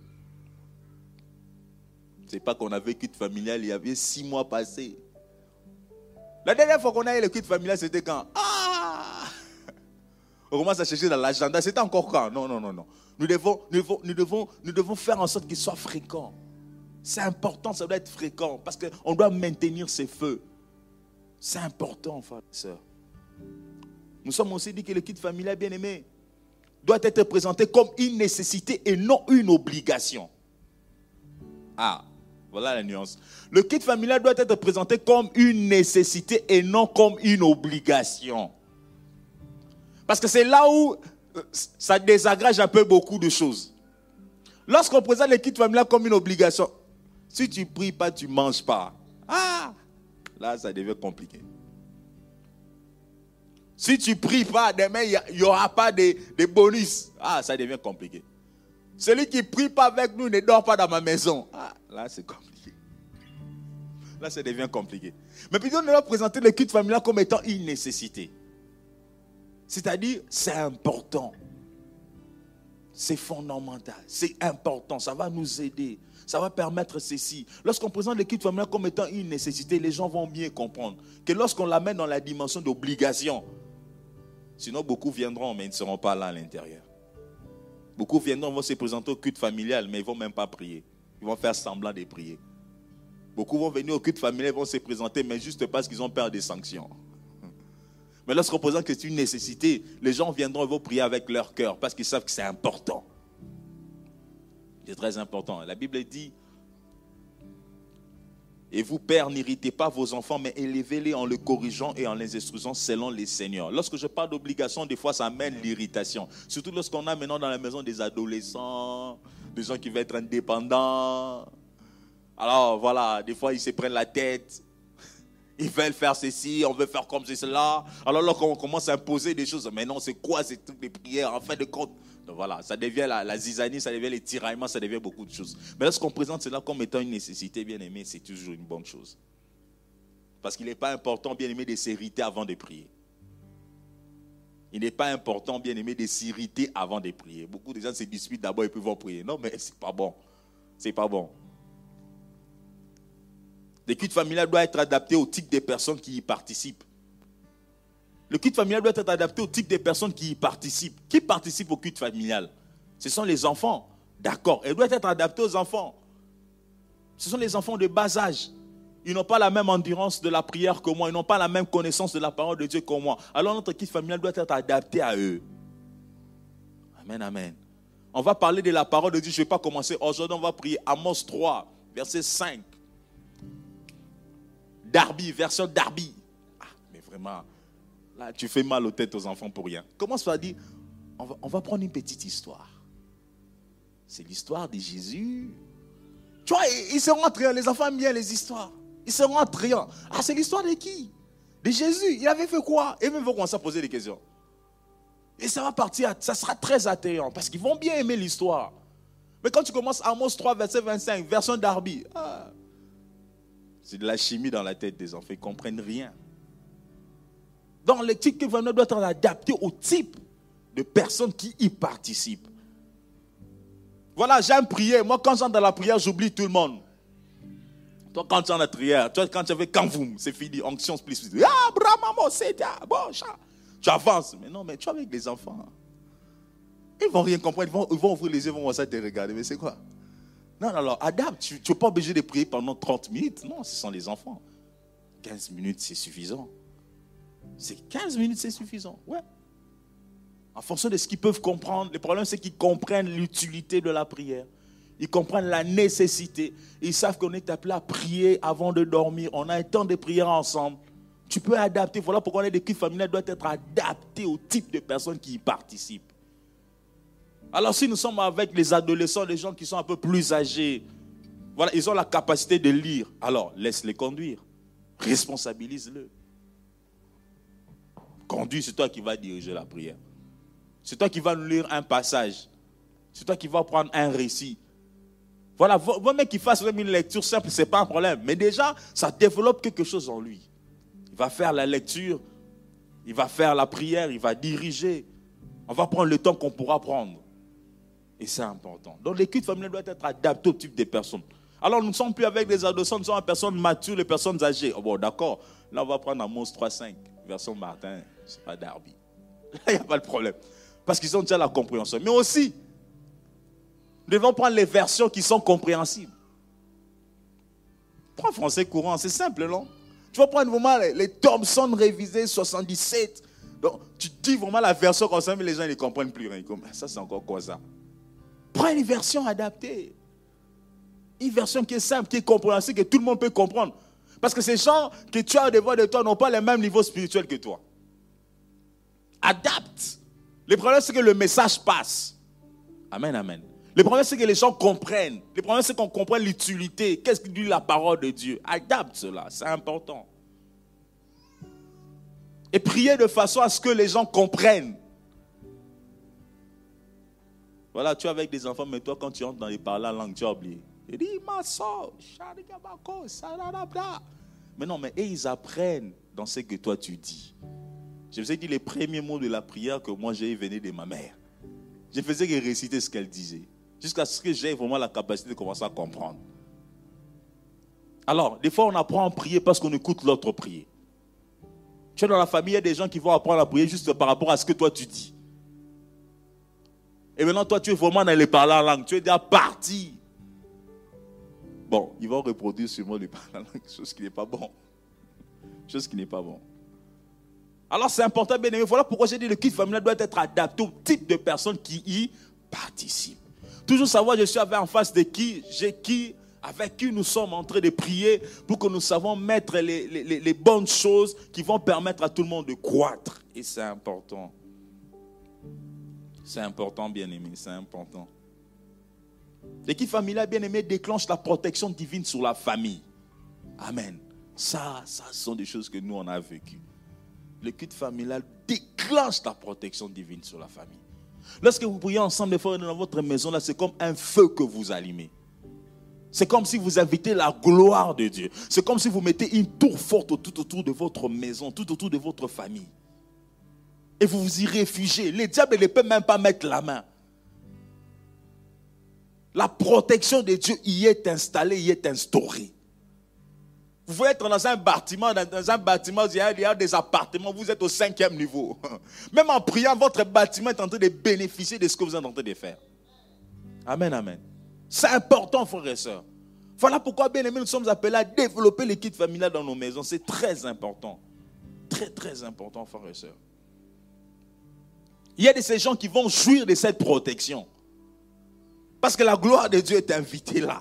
B: Ce n'est pas qu'on avait culte familial, il y avait six mois passés. La dernière fois qu'on a eu le culte familial, c'était quand? Ah! On commence à chercher dans l'agenda, c'était encore quand? Non, non, non, non. Nous devons, nous devons, nous devons, nous devons faire en sorte qu'il soit fréquent. C'est important, ça doit être fréquent, parce qu'on doit maintenir ces feux. C'est important, frères et sœurs. Nous sommes aussi dit que le culte familial, bien aimé, doit être présenté comme une nécessité et non une obligation. Ah, voilà la nuance. Le kit familial doit être présenté comme une nécessité et non comme une obligation. Parce que c'est là où ça désagrège un peu beaucoup de choses. Lorsqu'on présente le kit familial comme une obligation, si tu ne pries pas, tu ne manges pas. Ah, là, ça devient compliqué. Si tu ne pries pas, demain, il n'y aura pas de, de bonus. Ah, ça devient compliqué. Celui qui ne prie pas avec nous ne dort pas dans ma maison. Ah, là, c'est compliqué. Là, ça devient compliqué. Mais plutôt, on doit présenter le culte familial comme étant une nécessité. C'est-à-dire, c'est important. C'est fondamental. C'est important. Ça va nous aider. Ça va permettre ceci. Lorsqu'on présente le culte familial comme étant une nécessité, les gens vont bien comprendre que lorsqu'on l'amène dans la dimension d'obligation, sinon beaucoup viendront, mais ils ne seront pas là à l'intérieur. Beaucoup viendront, vont se présenter au culte familial, mais ils ne vont même pas prier. Ils vont faire semblant de prier. Beaucoup vont venir au culte familial, vont se présenter, mais juste parce qu'ils ont peur des sanctions. Mais lorsqu'on présente que c'est une nécessité, les gens viendront et vont prier avec leur cœur, parce qu'ils savent que c'est important. C'est très important. La Bible dit, et vous, pères, n'irritez pas vos enfants, mais élevez-les en les corrigeant et en les instruisant selon les seigneurs. Lorsque je parle d'obligation, des fois, ça amène l'irritation. Surtout lorsqu'on a maintenant dans la maison des adolescents, des gens qui veulent être indépendants. Alors, voilà, des fois, ils se prennent la tête. Ils veulent faire ceci, on veut faire comme cela. Alors, lorsqu'on commence à imposer des choses, mais non, c'est quoi ces trucs de prière, en fin de compte? Donc voilà, ça devient la, la zizanie, ça devient les tiraillements, ça devient beaucoup de choses. Mais lorsqu'on présente cela comme étant une nécessité, bien aimé, c'est toujours une bonne chose. Parce qu'il n'est pas important, bien aimé, de s'irriter avant de prier. Il n'est pas important, bien aimé, de s'irriter avant de prier. Beaucoup de gens se disputent d'abord et puis vont prier. Non, mais c'est pas bon. C'est pas bon. Le culte familial doit être adapté au type de personnes qui y participent. Le culte familial doit être adapté au type de personnes qui y participent. Qui participent au culte familial? Ce sont les enfants. D'accord. Elle doit être adaptée aux enfants. Ce sont les enfants de bas âge. Ils n'ont pas la même endurance de la prière que moi. Ils n'ont pas la même connaissance de la parole de Dieu que moi. Alors notre culte familial doit être adapté à eux. Amen, amen. On va parler de la parole de Dieu. Je ne vais pas commencer. Aujourd'hui, on va prier Amos trois, verset cinq. Darby, version Darby. Ah, mais vraiment, là, tu fais mal aux têtes aux enfants pour rien. Commence par dire, on va, on va prendre une petite histoire. C'est l'histoire de Jésus. Tu vois, ils se rentrent rien. Les enfants aiment bien les histoires. Ils se rentrent rien. Ah, c'est l'histoire de qui? De Jésus. Il avait fait quoi? Et même ils vont commencer à poser des questions. Et ça va partir, ça sera très attrayant parce qu'ils vont bien aimer l'histoire. Mais quand tu commences Amos trois, verset vingt-cinq, version Darby, ah, c'est de la chimie dans la tête des enfants. Ils ne comprennent rien. Donc, le type qui doit être adapté au type de personnes qui y participent. Voilà, j'aime prier. Moi, quand j'entre dans la prière, j'oublie tout le monde. Toi, quand tu es dans la prière, toi, quand tu avais kanvoum, c'est fini. Onction, plus, plus. Ah, bramamo, c'est ça. Bon, chat. Tu avances. Mais non, mais tu es avec les enfants. Ils ne vont rien comprendre. Ils vont, ils vont ouvrir les yeux, ils vont commencer à te regarder. Mais c'est quoi? Non, non, alors, adapte. Tu n'es pas obligé de prier pendant trente minutes. Non, ce sont les enfants. quinze minutes, c'est suffisant. C'est quinze minutes, c'est suffisant. Ouais. En fonction de ce qu'ils peuvent comprendre. Le problème, c'est qu'ils comprennent l'utilité de la prière. Ils comprennent la nécessité. Ils savent qu'on est appelé à prier avant de dormir. On a un temps de prière ensemble. Tu peux adapter. Voilà pourquoi les cultes familiales doivent être adaptés au type de personnes qui y participent. Alors si nous sommes avec les adolescents, les gens qui sont un peu plus âgés, voilà, ils ont la capacité de lire. Alors laisse-les conduire. Responsabilise-le. Conduis, c'est toi qui vas diriger la prière. C'est toi qui vas nous lire un passage. C'est toi qui vas prendre un récit. Voilà, vaut mieux qu'il fasse même une lecture simple, ce n'est pas un problème. Mais déjà, ça développe quelque chose en lui. Il va faire la lecture, il va faire la prière, il va diriger. On va prendre le temps qu'on pourra prendre. Et c'est important. Donc les cultes familiaux doivent être adaptés au type de personnes. Alors nous ne sommes plus avec des adolescents, nous sommes des personnes matures, les personnes âgées. Oh bon, d'accord. Là, on va prendre Amos trois cinq, version Martin, c'est pas Darby. Là, il n'y a pas de problème. Parce qu'ils ont déjà la compréhension. Mais aussi, nous devons prendre les versions qui sont compréhensibles. Prends français courant, c'est simple, non? Tu vas prendre vraiment les, les Thompson révisés soixante-dix-sept. Donc, tu dis vraiment la version comme ça, mais les gens ne comprennent plus rien. Comme, ça, c'est encore quoi ça? Prends une version adaptée. Une version qui est simple, qui est compréhensible, que tout le monde peut comprendre. Parce que ces gens que tu as devant de toi n'ont pas le même niveau spirituel que toi. Adapte. Le problème, c'est que le message passe. Amen, amen. Le problème, c'est que les gens comprennent. Le problème, c'est qu'on comprenne l'utilité. Qu'est-ce que dit la parole de Dieu? Adapte cela, c'est important. Et priez de façon à ce que les gens comprennent. Voilà, tu es avec des enfants, mais toi, quand tu entres dans les parlants langue, tu as oublié. Il dit, ma soeur, mais non, mais et ils apprennent dans ce que toi tu dis. Je vous ai dit les premiers mots de la prière que moi j'ai venaient de ma mère. Je faisais que réciter ce qu'elle disait. Jusqu'à ce que j'ai vraiment la capacité de commencer à comprendre. Alors, des fois on apprend à prier parce qu'on écoute l'autre prier. Tu es dans la famille, il y a des gens qui vont apprendre à prier juste par rapport à ce que toi tu dis. Et maintenant toi tu es vraiment dans les parlants langue. Tu es déjà parti. Bon, ils vont reproduire sûrement les parlants langue, chose qui n'est pas bon. Chose qui n'est pas bon. Alors c'est important, bien aimé. Voilà pourquoi j'ai dit que le culte familial doit être adapté au type de personnes qui y participent. Toujours savoir, je suis en face de qui, j'ai qui, avec qui nous sommes en train de prier pour que nous savions mettre les, les, les bonnes choses qui vont permettre à tout le monde de croître. Et c'est important. C'est important, bien aimé, c'est important. L'équipe familiale, bien aimé, déclenche la protection divine sur la famille. Amen. Ça, ça sont des choses que nous, on a vécues. Le culte familial déclenche la protection divine sur la famille. Lorsque vous priez ensemble des fois dans votre maison, là, c'est comme un feu que vous allumez. C'est comme si vous invitez la gloire de Dieu. C'est comme si vous mettez une tour forte tout autour de votre maison, tout autour de votre famille. Et vous vous y réfugiez. Les diables ne peuvent même pas mettre la main. La protection de Dieu y est installée, y est instaurée. Vous pouvez être dans un bâtiment, dans un bâtiment, il y a des appartements, vous êtes au cinquième niveau. Même en priant, votre bâtiment est en train de bénéficier de ce que vous êtes en train de faire. Amen, amen. C'est important, frères et sœurs. Voilà pourquoi, bien aimés, nous sommes appelés à développer l'équipe familiale dans nos maisons. C'est très important. Très, très important, frères et sœurs. Il y a de ces gens qui vont jouir de cette protection. Parce que la gloire de Dieu est invitée là.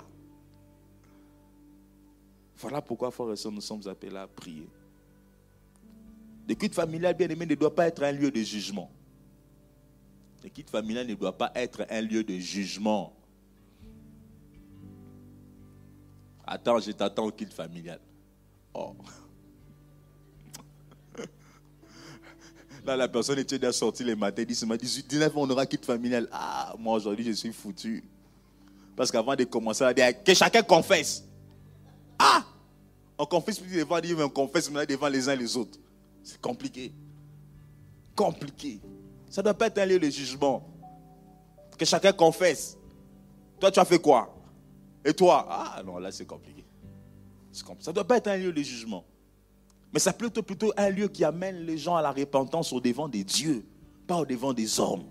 B: Voilà pourquoi, frères et sœurs, nous sommes appelés à prier. Le culte familial, bien aimé, ne doit pas être un lieu de jugement. Le culte familial ne doit pas être un lieu de jugement. Attends, je t'attends au culte familial. Oh. Là, la personne était déjà sortie les matins, dit, ce matin, dix-neuf, on aura culte familial. Ah, moi aujourd'hui, je suis foutu. Parce qu'avant de commencer à dire, que chacun confesse. Ah! On confesse plus devant Dieu, mais on confesse maintenant devant les uns et les autres. C'est compliqué. Compliqué. Ça ne doit pas être un lieu de jugement. Que chacun confesse. Toi, tu as fait quoi? Et toi? Ah non, là, c'est compliqué. C'est compliqué. Ça ne doit pas être un lieu de jugement. Mais c'est plutôt, plutôt un lieu qui amène les gens à la repentance au devant des dieux, pas au devant des hommes.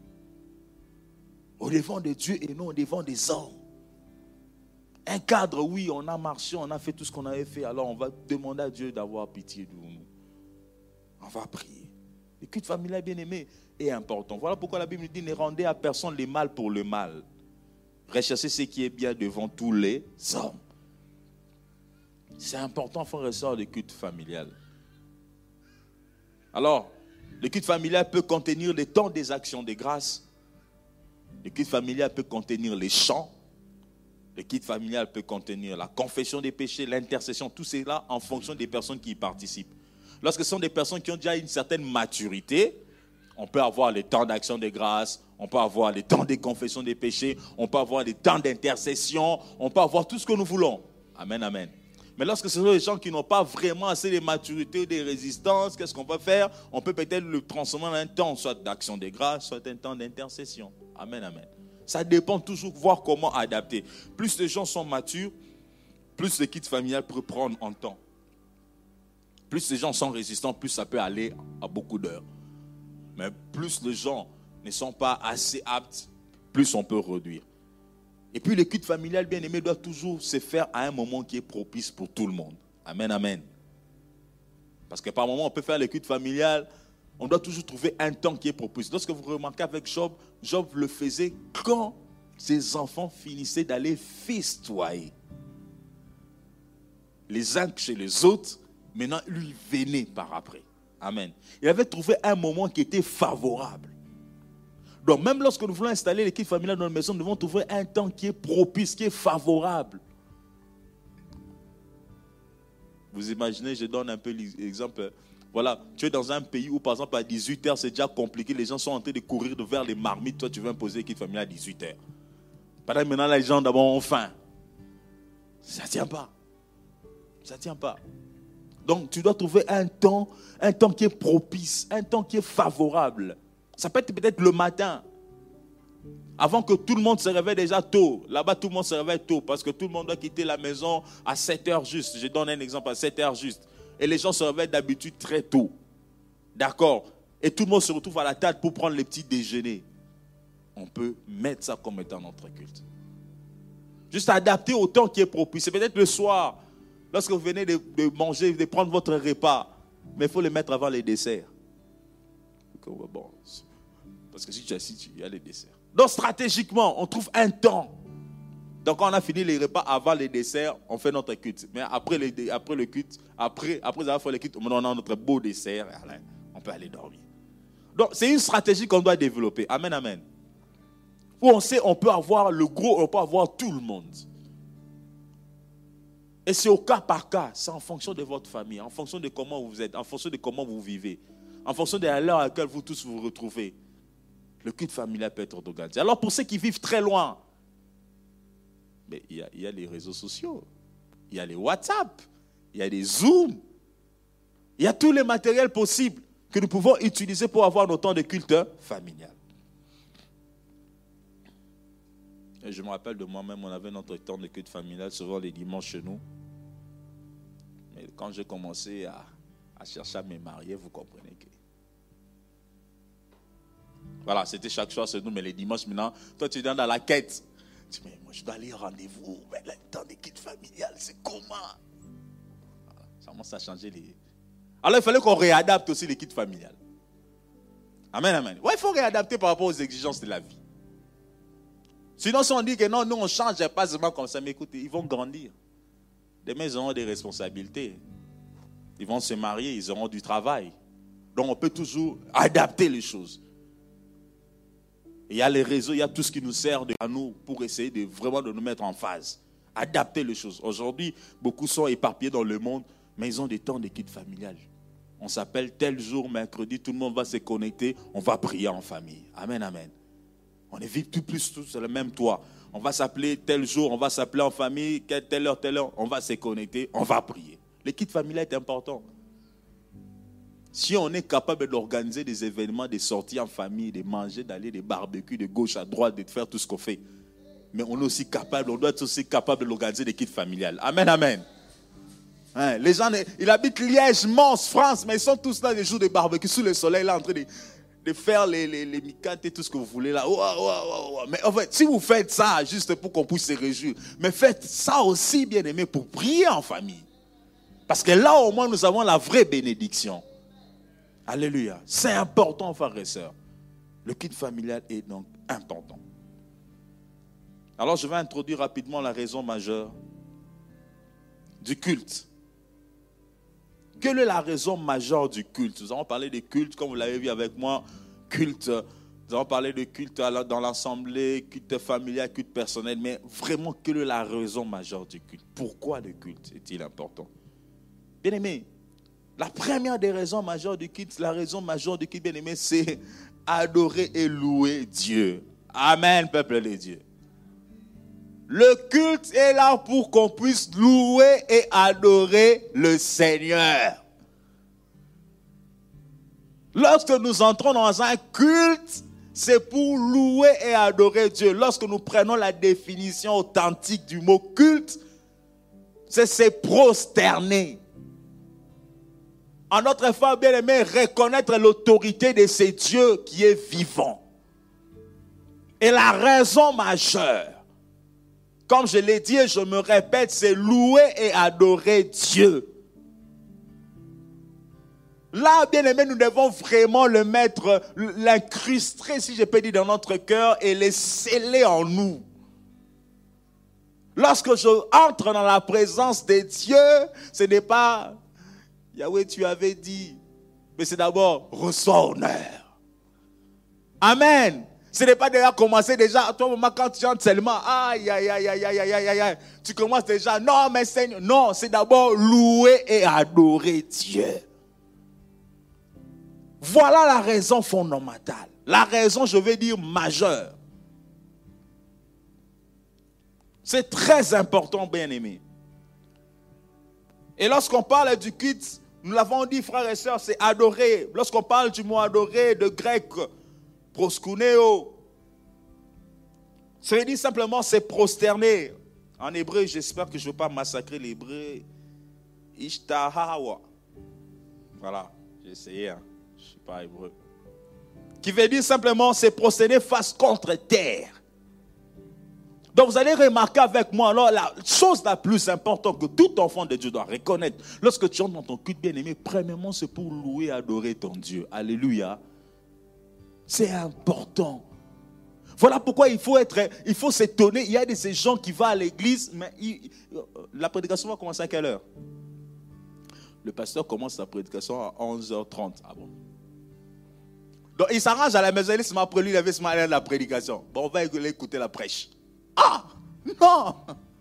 B: Au devant de Dieu et non au devant des hommes. Un cadre, oui, on a marché, on a fait tout ce qu'on avait fait, alors on va demander à Dieu d'avoir pitié de nous. On va prier. Le culte familial, bien aimé, est important. Voilà pourquoi la Bible dit, ne rendez à personne le mal pour le mal. Recherchez ce qui est bien devant tous les hommes. C'est important, frères et sœurs, le culte familial. Alors, le culte familial peut contenir les temps des actions de grâce. Le culte familial peut contenir les chants. Le culte familial peut contenir la confession des péchés, l'intercession, tout cela en fonction des personnes qui y participent. Lorsque ce sont des personnes qui ont déjà une certaine maturité, on peut avoir les temps d'action de grâce, on peut avoir les temps de confession des péchés, on peut avoir les temps d'intercession, on peut avoir tout ce que nous voulons. Amen, amen. Mais lorsque ce sont des gens qui n'ont pas vraiment assez de maturité ou de résistance, qu'est-ce qu'on peut faire? On peut peut-être le transformer en un temps soit d'action de grâce, soit un temps d'intercession. Amen, amen. Ça dépend toujours de voir comment adapter. Plus les gens sont matures, plus le culte familial peut prendre en temps. Plus les gens sont résistants, plus ça peut aller à beaucoup d'heures. Mais plus les gens ne sont pas assez aptes, plus on peut réduire. Et puis le culte familial, bien aimé, doit toujours se faire à un moment qui est propice pour tout le monde. Amen, amen. Parce que par moment, on peut faire le culte familial, on doit toujours trouver un temps qui est propice. Lorsque vous remarquez avec Job, Job le faisait quand ses enfants finissaient d'aller festoyer. Les uns chez les autres, maintenant lui venait par après. Amen. Il avait trouvé un moment qui était favorable. Donc même lorsque nous voulons installer l'équipe familiale dans la maison, nous devons trouver un temps qui est propice, qui est favorable. Vous imaginez, je donne un peu l'exemple. Voilà, tu es dans un pays où par exemple à dix-huit heures c'est déjà compliqué, les gens sont en train de courir vers les marmites, toi tu veux imposer l'équipe familiale à dix-huit heures. Pendant que maintenant les gens d'abord ont faim. Ça ne tient pas. Ça ne tient pas. Donc tu dois trouver un temps, un temps qui est propice, un temps qui est favorable. Ça peut être peut-être le matin. Avant que tout le monde se réveille déjà tôt. Là-bas, tout le monde se réveille tôt parce que tout le monde doit quitter la maison à sept heures juste. Je donne un exemple à sept heures juste. Et les gens se réveillent d'habitude très tôt. D'accord? Et tout le monde se retrouve à la table pour prendre les petits déjeuners. On peut mettre ça comme étant notre culte. Juste adapter au temps qui est propice. C'est peut-être le soir, lorsque vous venez de, de manger, de prendre votre repas. Mais il faut le mettre avant les desserts. Bon, parce que si tu es assis, il y a les desserts. Donc stratégiquement, on trouve un temps. Donc quand on a fini les repas avant les desserts, on fait notre culte. Mais après, les, après le culte, après, après avoir fait le culte, on a notre beau dessert. On peut aller dormir. Donc c'est une stratégie qu'on doit développer. Amen, amen. Où on sait on peut avoir le gros, on peut avoir tout le monde. Et c'est au cas par cas. C'est en fonction de votre famille, en fonction de comment vous êtes, en fonction de comment vous vivez. En fonction de l'heure à laquelle vous tous vous retrouvez, le culte familial peut être organisé. Alors pour ceux qui vivent très loin, mais il y a, il y a les réseaux sociaux, il y a les WhatsApp, il y a les Zoom, il y a tous les matériels possibles que nous pouvons utiliser pour avoir nos temps de culte familial. Et je me rappelle de moi-même, on avait notre temps de culte familial souvent les dimanches chez nous. Mais quand j'ai commencé à, à chercher à me marier, vous comprenez que voilà, c'était chaque soir chez nous, mais les dimanches maintenant, toi tu es dans la quête. Tu dis, mais moi je dois aller au rendez-vous, mais le temps de culte familial, c'est comment? Voilà, ça commence à changer les... Alors il fallait qu'on réadapte aussi les cultes familiales. Amen, amen. Ouais, il faut réadapter par rapport aux exigences de la vie. Sinon, si on dit que non, nous on change pas seulement comme ça, mais écoutez, ils vont grandir. Demain, ils auront des responsabilités. Ils vont se marier, ils auront du travail. Donc on peut toujours adapter les choses. Il y a les réseaux, il y a tout ce qui nous sert à nous pour essayer de vraiment de nous mettre en phase. Adapter les choses. Aujourd'hui, beaucoup sont éparpillés dans le monde, mais ils ont des temps de culte familial. On s'appelle tel jour, mercredi, tout le monde va se connecter, on va prier en famille. Amen, amen. On est vite tout plus tous sur le même toit. On va s'appeler tel jour, on va s'appeler en famille, telle heure, telle heure, on va se connecter, on va prier. Le culte familial est important. Si on est capable d'organiser des événements, de sortir en famille, de manger, d'aller des barbecues de gauche à droite, de faire tout ce qu'on fait. Mais on est aussi capable, on doit être aussi capable de l'organiser des cultes familiales. Amen, amen. Hein, les gens, ils habitent Liège, Mons, France, mais ils sont tous là des jours de barbecue sous le soleil, là en train de, de faire les, les, les micates et tout ce que vous voulez là. Oh, oh, oh, oh. Mais en fait, si vous faites ça juste pour qu'on puisse se réjouir, mais faites ça aussi, bien aimé, pour prier en famille. Parce que là, au moins, nous avons la vraie bénédiction. Alléluia. C'est important, frères et sœurs. Le culte familial est donc important. Alors, je vais introduire rapidement la raison majeure du culte. Quelle est la raison majeure du culte? Nous allons parler de culte, comme vous l'avez vu avec moi, culte. Nous allons parler de culte dans l'assemblée, culte familial, culte personnel. Mais vraiment, quelle est la raison majeure du culte? Pourquoi le culte est-il important? Bien aimé, la première des raisons majeures du culte, la raison majeure du culte, bien aimé, c'est adorer et louer Dieu. Amen, peuple de Dieu. Le culte est là pour qu'on puisse louer et adorer le Seigneur. Lorsque nous entrons dans un culte, c'est pour louer et adorer Dieu. Lorsque nous prenons la définition authentique du mot culte, c'est se prosterner. En notre foi bien-aimé, reconnaître l'autorité de ce Dieu qui est vivant. Et la raison majeure, comme je l'ai dit et je me répète, c'est louer et adorer Dieu. Là, bien aimé, nous devons vraiment le mettre, l'incruster, si je peux dire, dans notre cœur et le sceller en nous. Lorsque je entre dans la présence de Dieu, ce n'est pas Yahweh, tu avais dit, mais c'est d'abord reçois honneur. Amen. Ce n'est pas déjà commencer déjà, à toi, moment, quand tu entres seulement, aïe, aïe, aïe, aïe, aïe, aïe, aïe, aïe, tu commences déjà, non, mais Seigneur, non, c'est d'abord louer et adorer Dieu. Voilà la raison fondamentale, la raison, je vais dire, majeure. C'est très important, bien-aimé. Et lorsqu'on parle du culte, nous l'avons dit, frères et sœurs, c'est adorer. Lorsqu'on parle du mot adorer, de grec, proskuneo, ça veut dire simplement c'est prosterner. En hébreu, j'espère que je ne vais pas massacrer l'hébreu. Ishtahawa. Voilà, j'ai essayé, hein. Je ne suis pas hébreu. Qui veut dire simplement c'est prosterner face contre terre. Donc vous allez remarquer avec moi, alors la chose la plus importante que tout enfant de Dieu doit reconnaître, lorsque tu entres dans ton culte bien-aimé, premièrement c'est pour louer et adorer ton Dieu. Alléluia. C'est important. Voilà pourquoi il faut être, il faut s'étonner. Il y a de ces gens qui vont à l'église, mais il, la prédication va commencer à quelle heure? Le pasteur commence sa prédication à onze heures trente. Ah bon? Donc il s'arrange à la maison, il se met après lui, il avait se met à la prédication. Bon, on va écouter la prêche. Ah! Non!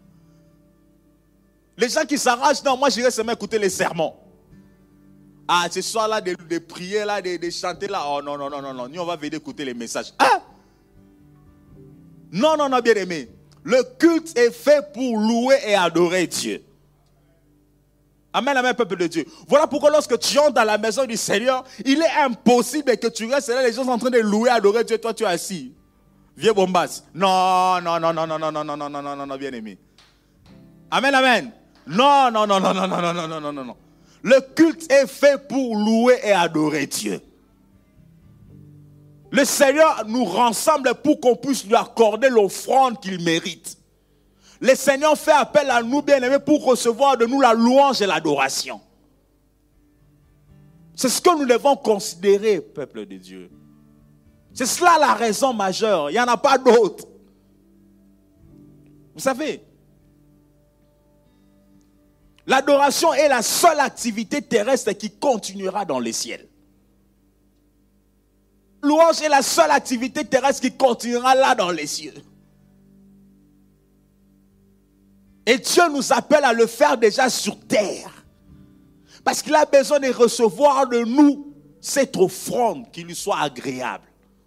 B: Les gens qui s'arrangent, non, moi j'irai seulement écouter les sermons. Ah, ce soir là, de, de prier là, de, de chanter là. Oh non, non, non, non, non. Nous on va venir écouter les messages. Ah! Non, non, non, bien aimé. Le culte est fait pour louer et adorer Dieu. Amen, amen, peuple de Dieu. Voilà pourquoi lorsque tu entres dans la maison du Seigneur, il est impossible que tu restes là, les gens sont en train de louer et adorer Dieu, toi tu es assis. Vieux bombasse. Non, non, non, non, non, non, non, non, non, non, non, non, non, bien aimé. Amen, amen. Non, non, non, non, non, non, non, non, non, non, non, non. Le culte est fait pour louer et adorer Dieu. Le Seigneur nous rassemble pour qu'on puisse lui accorder l'offrande qu'il mérite. Le Seigneur fait appel à nous, bien-aimés, pour recevoir de nous la louange et l'adoration. C'est ce que nous devons considérer, peuple de Dieu. C'est cela la raison majeure. Il n'y en a pas d'autre. Vous savez, l'adoration est la seule activité terrestre qui continuera dans les ciels. Louange est la seule activité terrestre qui continuera là dans les cieux. Et Dieu nous appelle à le faire déjà sur terre. Parce qu'il a besoin de recevoir de nous cette offrande qui lui soit agréable.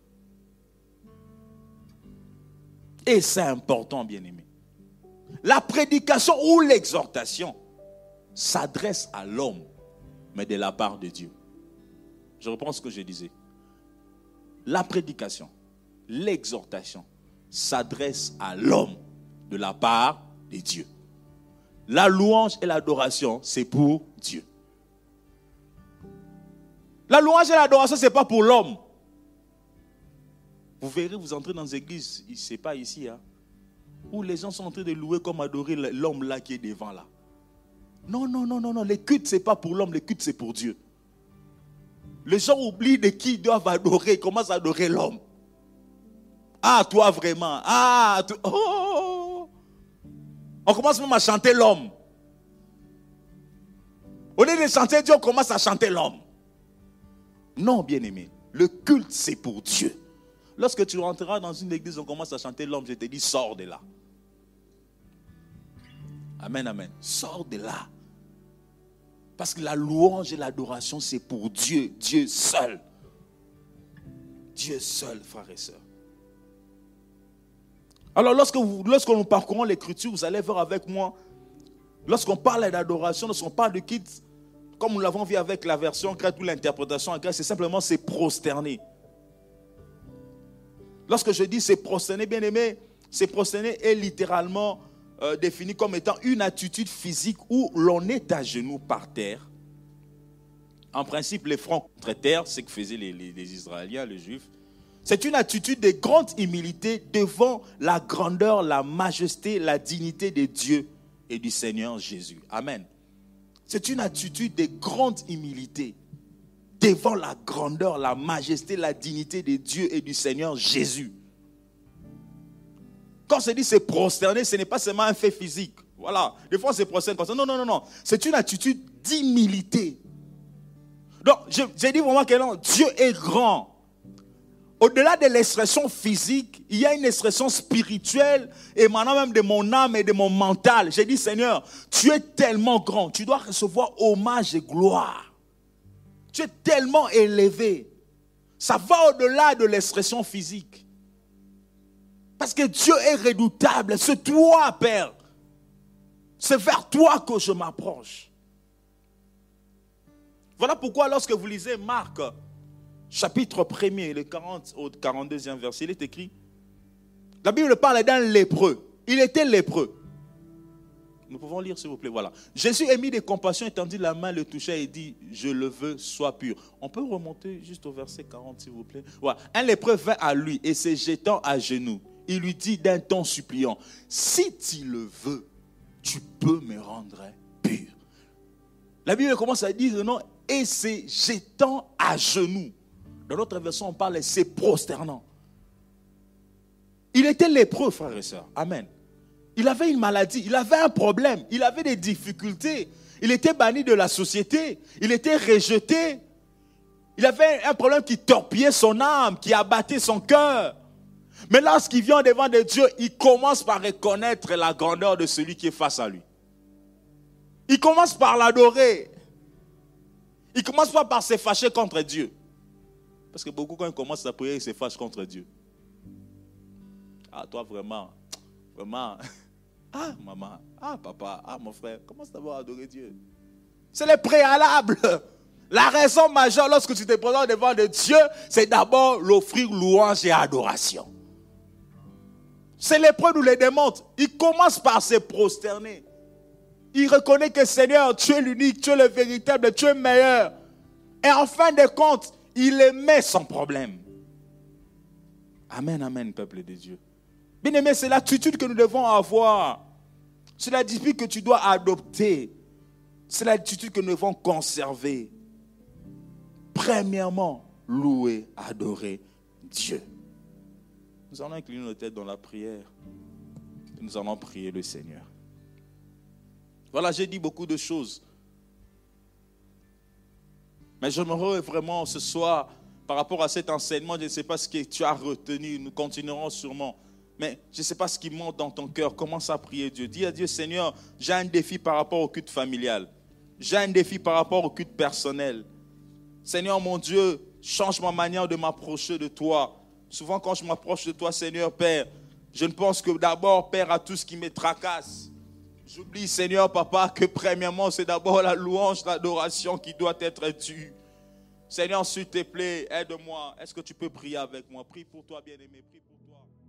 B: Et c'est important, bien-aimé. La prédication ou l'exhortation s'adresse à l'homme, mais de la part de Dieu. Je reprends ce que je disais. La prédication, l'exhortation s'adresse à l'homme de la part de Dieu. La louange et l'adoration, c'est pour Dieu. La louange et l'adoration, ce n'est pas pour l'homme. Vous verrez, vous entrez dans les églises, ce n'est pas ici, hein, où les gens sont en train de louer comme adorer l'homme là qui est devant là. Non, non, non, non, non. Les cultes, ce n'est pas pour l'homme, les cultes, c'est pour Dieu. Les gens oublient de qui ils doivent adorer, ils commencent à adorer l'homme. Ah, toi vraiment. Ah, toi. Oh. On commence même à chanter l'homme. Au lieu de chanter Dieu, on commence à chanter l'homme. Non, bien-aimé. Le culte, c'est pour Dieu. Lorsque tu rentreras dans une église, on commence à chanter l'homme, je te dis, sors de là. Amen, amen. Sors de là. Parce que la louange et l'adoration, c'est pour Dieu. Dieu seul. Dieu seul, frères et sœurs. Alors, lorsque, vous, lorsque nous parcourons l'Écriture, vous allez voir avec moi, lorsqu'on parle d'adoration, lorsqu'on parle de culte, comme nous l'avons vu avec la version grecque ou l'interprétation en grec, c'est simplement c'est prosterner. Lorsque je dis c'est prosterner, bien aimé, c'est prosterner est littéralement euh, défini comme étant une attitude physique où l'on est à genoux par terre. En principe, les fronts contre terre, c'est ce que faisaient les, les, les Israéliens, les Juifs. C'est une attitude de grande humilité devant la grandeur, la majesté, la dignité de Dieu et du Seigneur Jésus. Amen. C'est une attitude de grande humilité. devant la grandeur, la majesté, la dignité de Dieu et du Seigneur Jésus. Quand on se dit se prosterner, ce n'est pas seulement un fait physique. Voilà, des fois on se prosterne comme ça. Non, non, non, non. C'est une attitude d'humilité. Donc, j'ai dit vraiment que non, Dieu est grand. Au-delà de l'expression physique, il y a une expression spirituelle émanant même de mon âme et de mon mental. J'ai dit, Seigneur, tu es tellement grand, tu dois recevoir hommage et gloire. Tu es tellement élevé. Ça va au-delà de l'expression physique. Parce que Dieu est redoutable. C'est toi, Père. C'est vers toi que je m'approche. Voilà pourquoi lorsque vous lisez Marc, chapitre premier, le quarante au quarante-deuxième verset, il est écrit, la Bible parle d'un lépreux. Il était lépreux. Nous pouvons lire s'il vous plaît, voilà. Jésus émis de compassion, étendit la main, le toucha et dit, je le veux, sois pur. On peut remonter juste au verset quarante s'il vous plaît. Voilà. Un lépreux vint à lui et se jetant à genoux, il lui dit d'un ton suppliant, si tu le veux, tu peux me rendre pur. La Bible commence à dire non, et se jetant à genoux. Dans notre version, on parle de se prosternant. Il était lépreux, frères et sœurs. Amen. Il avait une maladie, il avait un problème, il avait des difficultés. Il était banni de la société, il était rejeté. Il avait un problème qui torpillait son âme, qui abattait son cœur. Mais lorsqu'il vient devant de Dieu, il commence par reconnaître la grandeur de celui qui est face à lui. Il commence par l'adorer. Il commence pas par se fâcher contre Dieu. Parce que beaucoup, quand ils commencent à prier, ils se fâchent contre Dieu. Ah, toi, vraiment, vraiment. Ah, maman, ah, papa, ah, mon frère, commence d'abord à adorer Dieu. C'est le préalable. La raison majeure lorsque tu te présentes devant de Dieu, c'est d'abord l'offrir louange et adoration. C'est lépreux nous le démontre. Il commence par se prosterner. Il reconnaît que Seigneur, tu es l'unique, tu es le véritable, tu es meilleur. Et en fin de compte, il aimait son problème. Amen, amen, peuple de Dieu. Bien aimé, c'est l'attitude que nous devons avoir. C'est l'attitude que tu dois adopter. C'est l'attitude que nous devons conserver. Premièrement, louer, adorer Dieu. Nous allons incliner nos têtes dans la prière. Et nous allons prier le Seigneur. Voilà, j'ai dit beaucoup de choses. Mais j'aimerais vraiment ce soir, par rapport à cet enseignement, je ne sais pas ce que tu as retenu, nous continuerons sûrement. Mais je ne sais pas ce qui monte dans ton cœur. Commence à prier Dieu. Dis à Dieu, Seigneur, j'ai un défi par rapport au culte familial. J'ai un défi par rapport au culte personnel. Seigneur, mon Dieu, change ma manière de m'approcher de toi. Souvent, quand je m'approche de toi, Seigneur, Père, je ne pense que d'abord, Père, à tout ce qui me tracasse. J'oublie, Seigneur, Papa, que premièrement, c'est d'abord la louange, l'adoration qui doit être due. Seigneur, s'il te plaît, aide-moi. Est-ce que tu peux prier avec moi? Prie pour toi, bien-aimé, prie pour toi.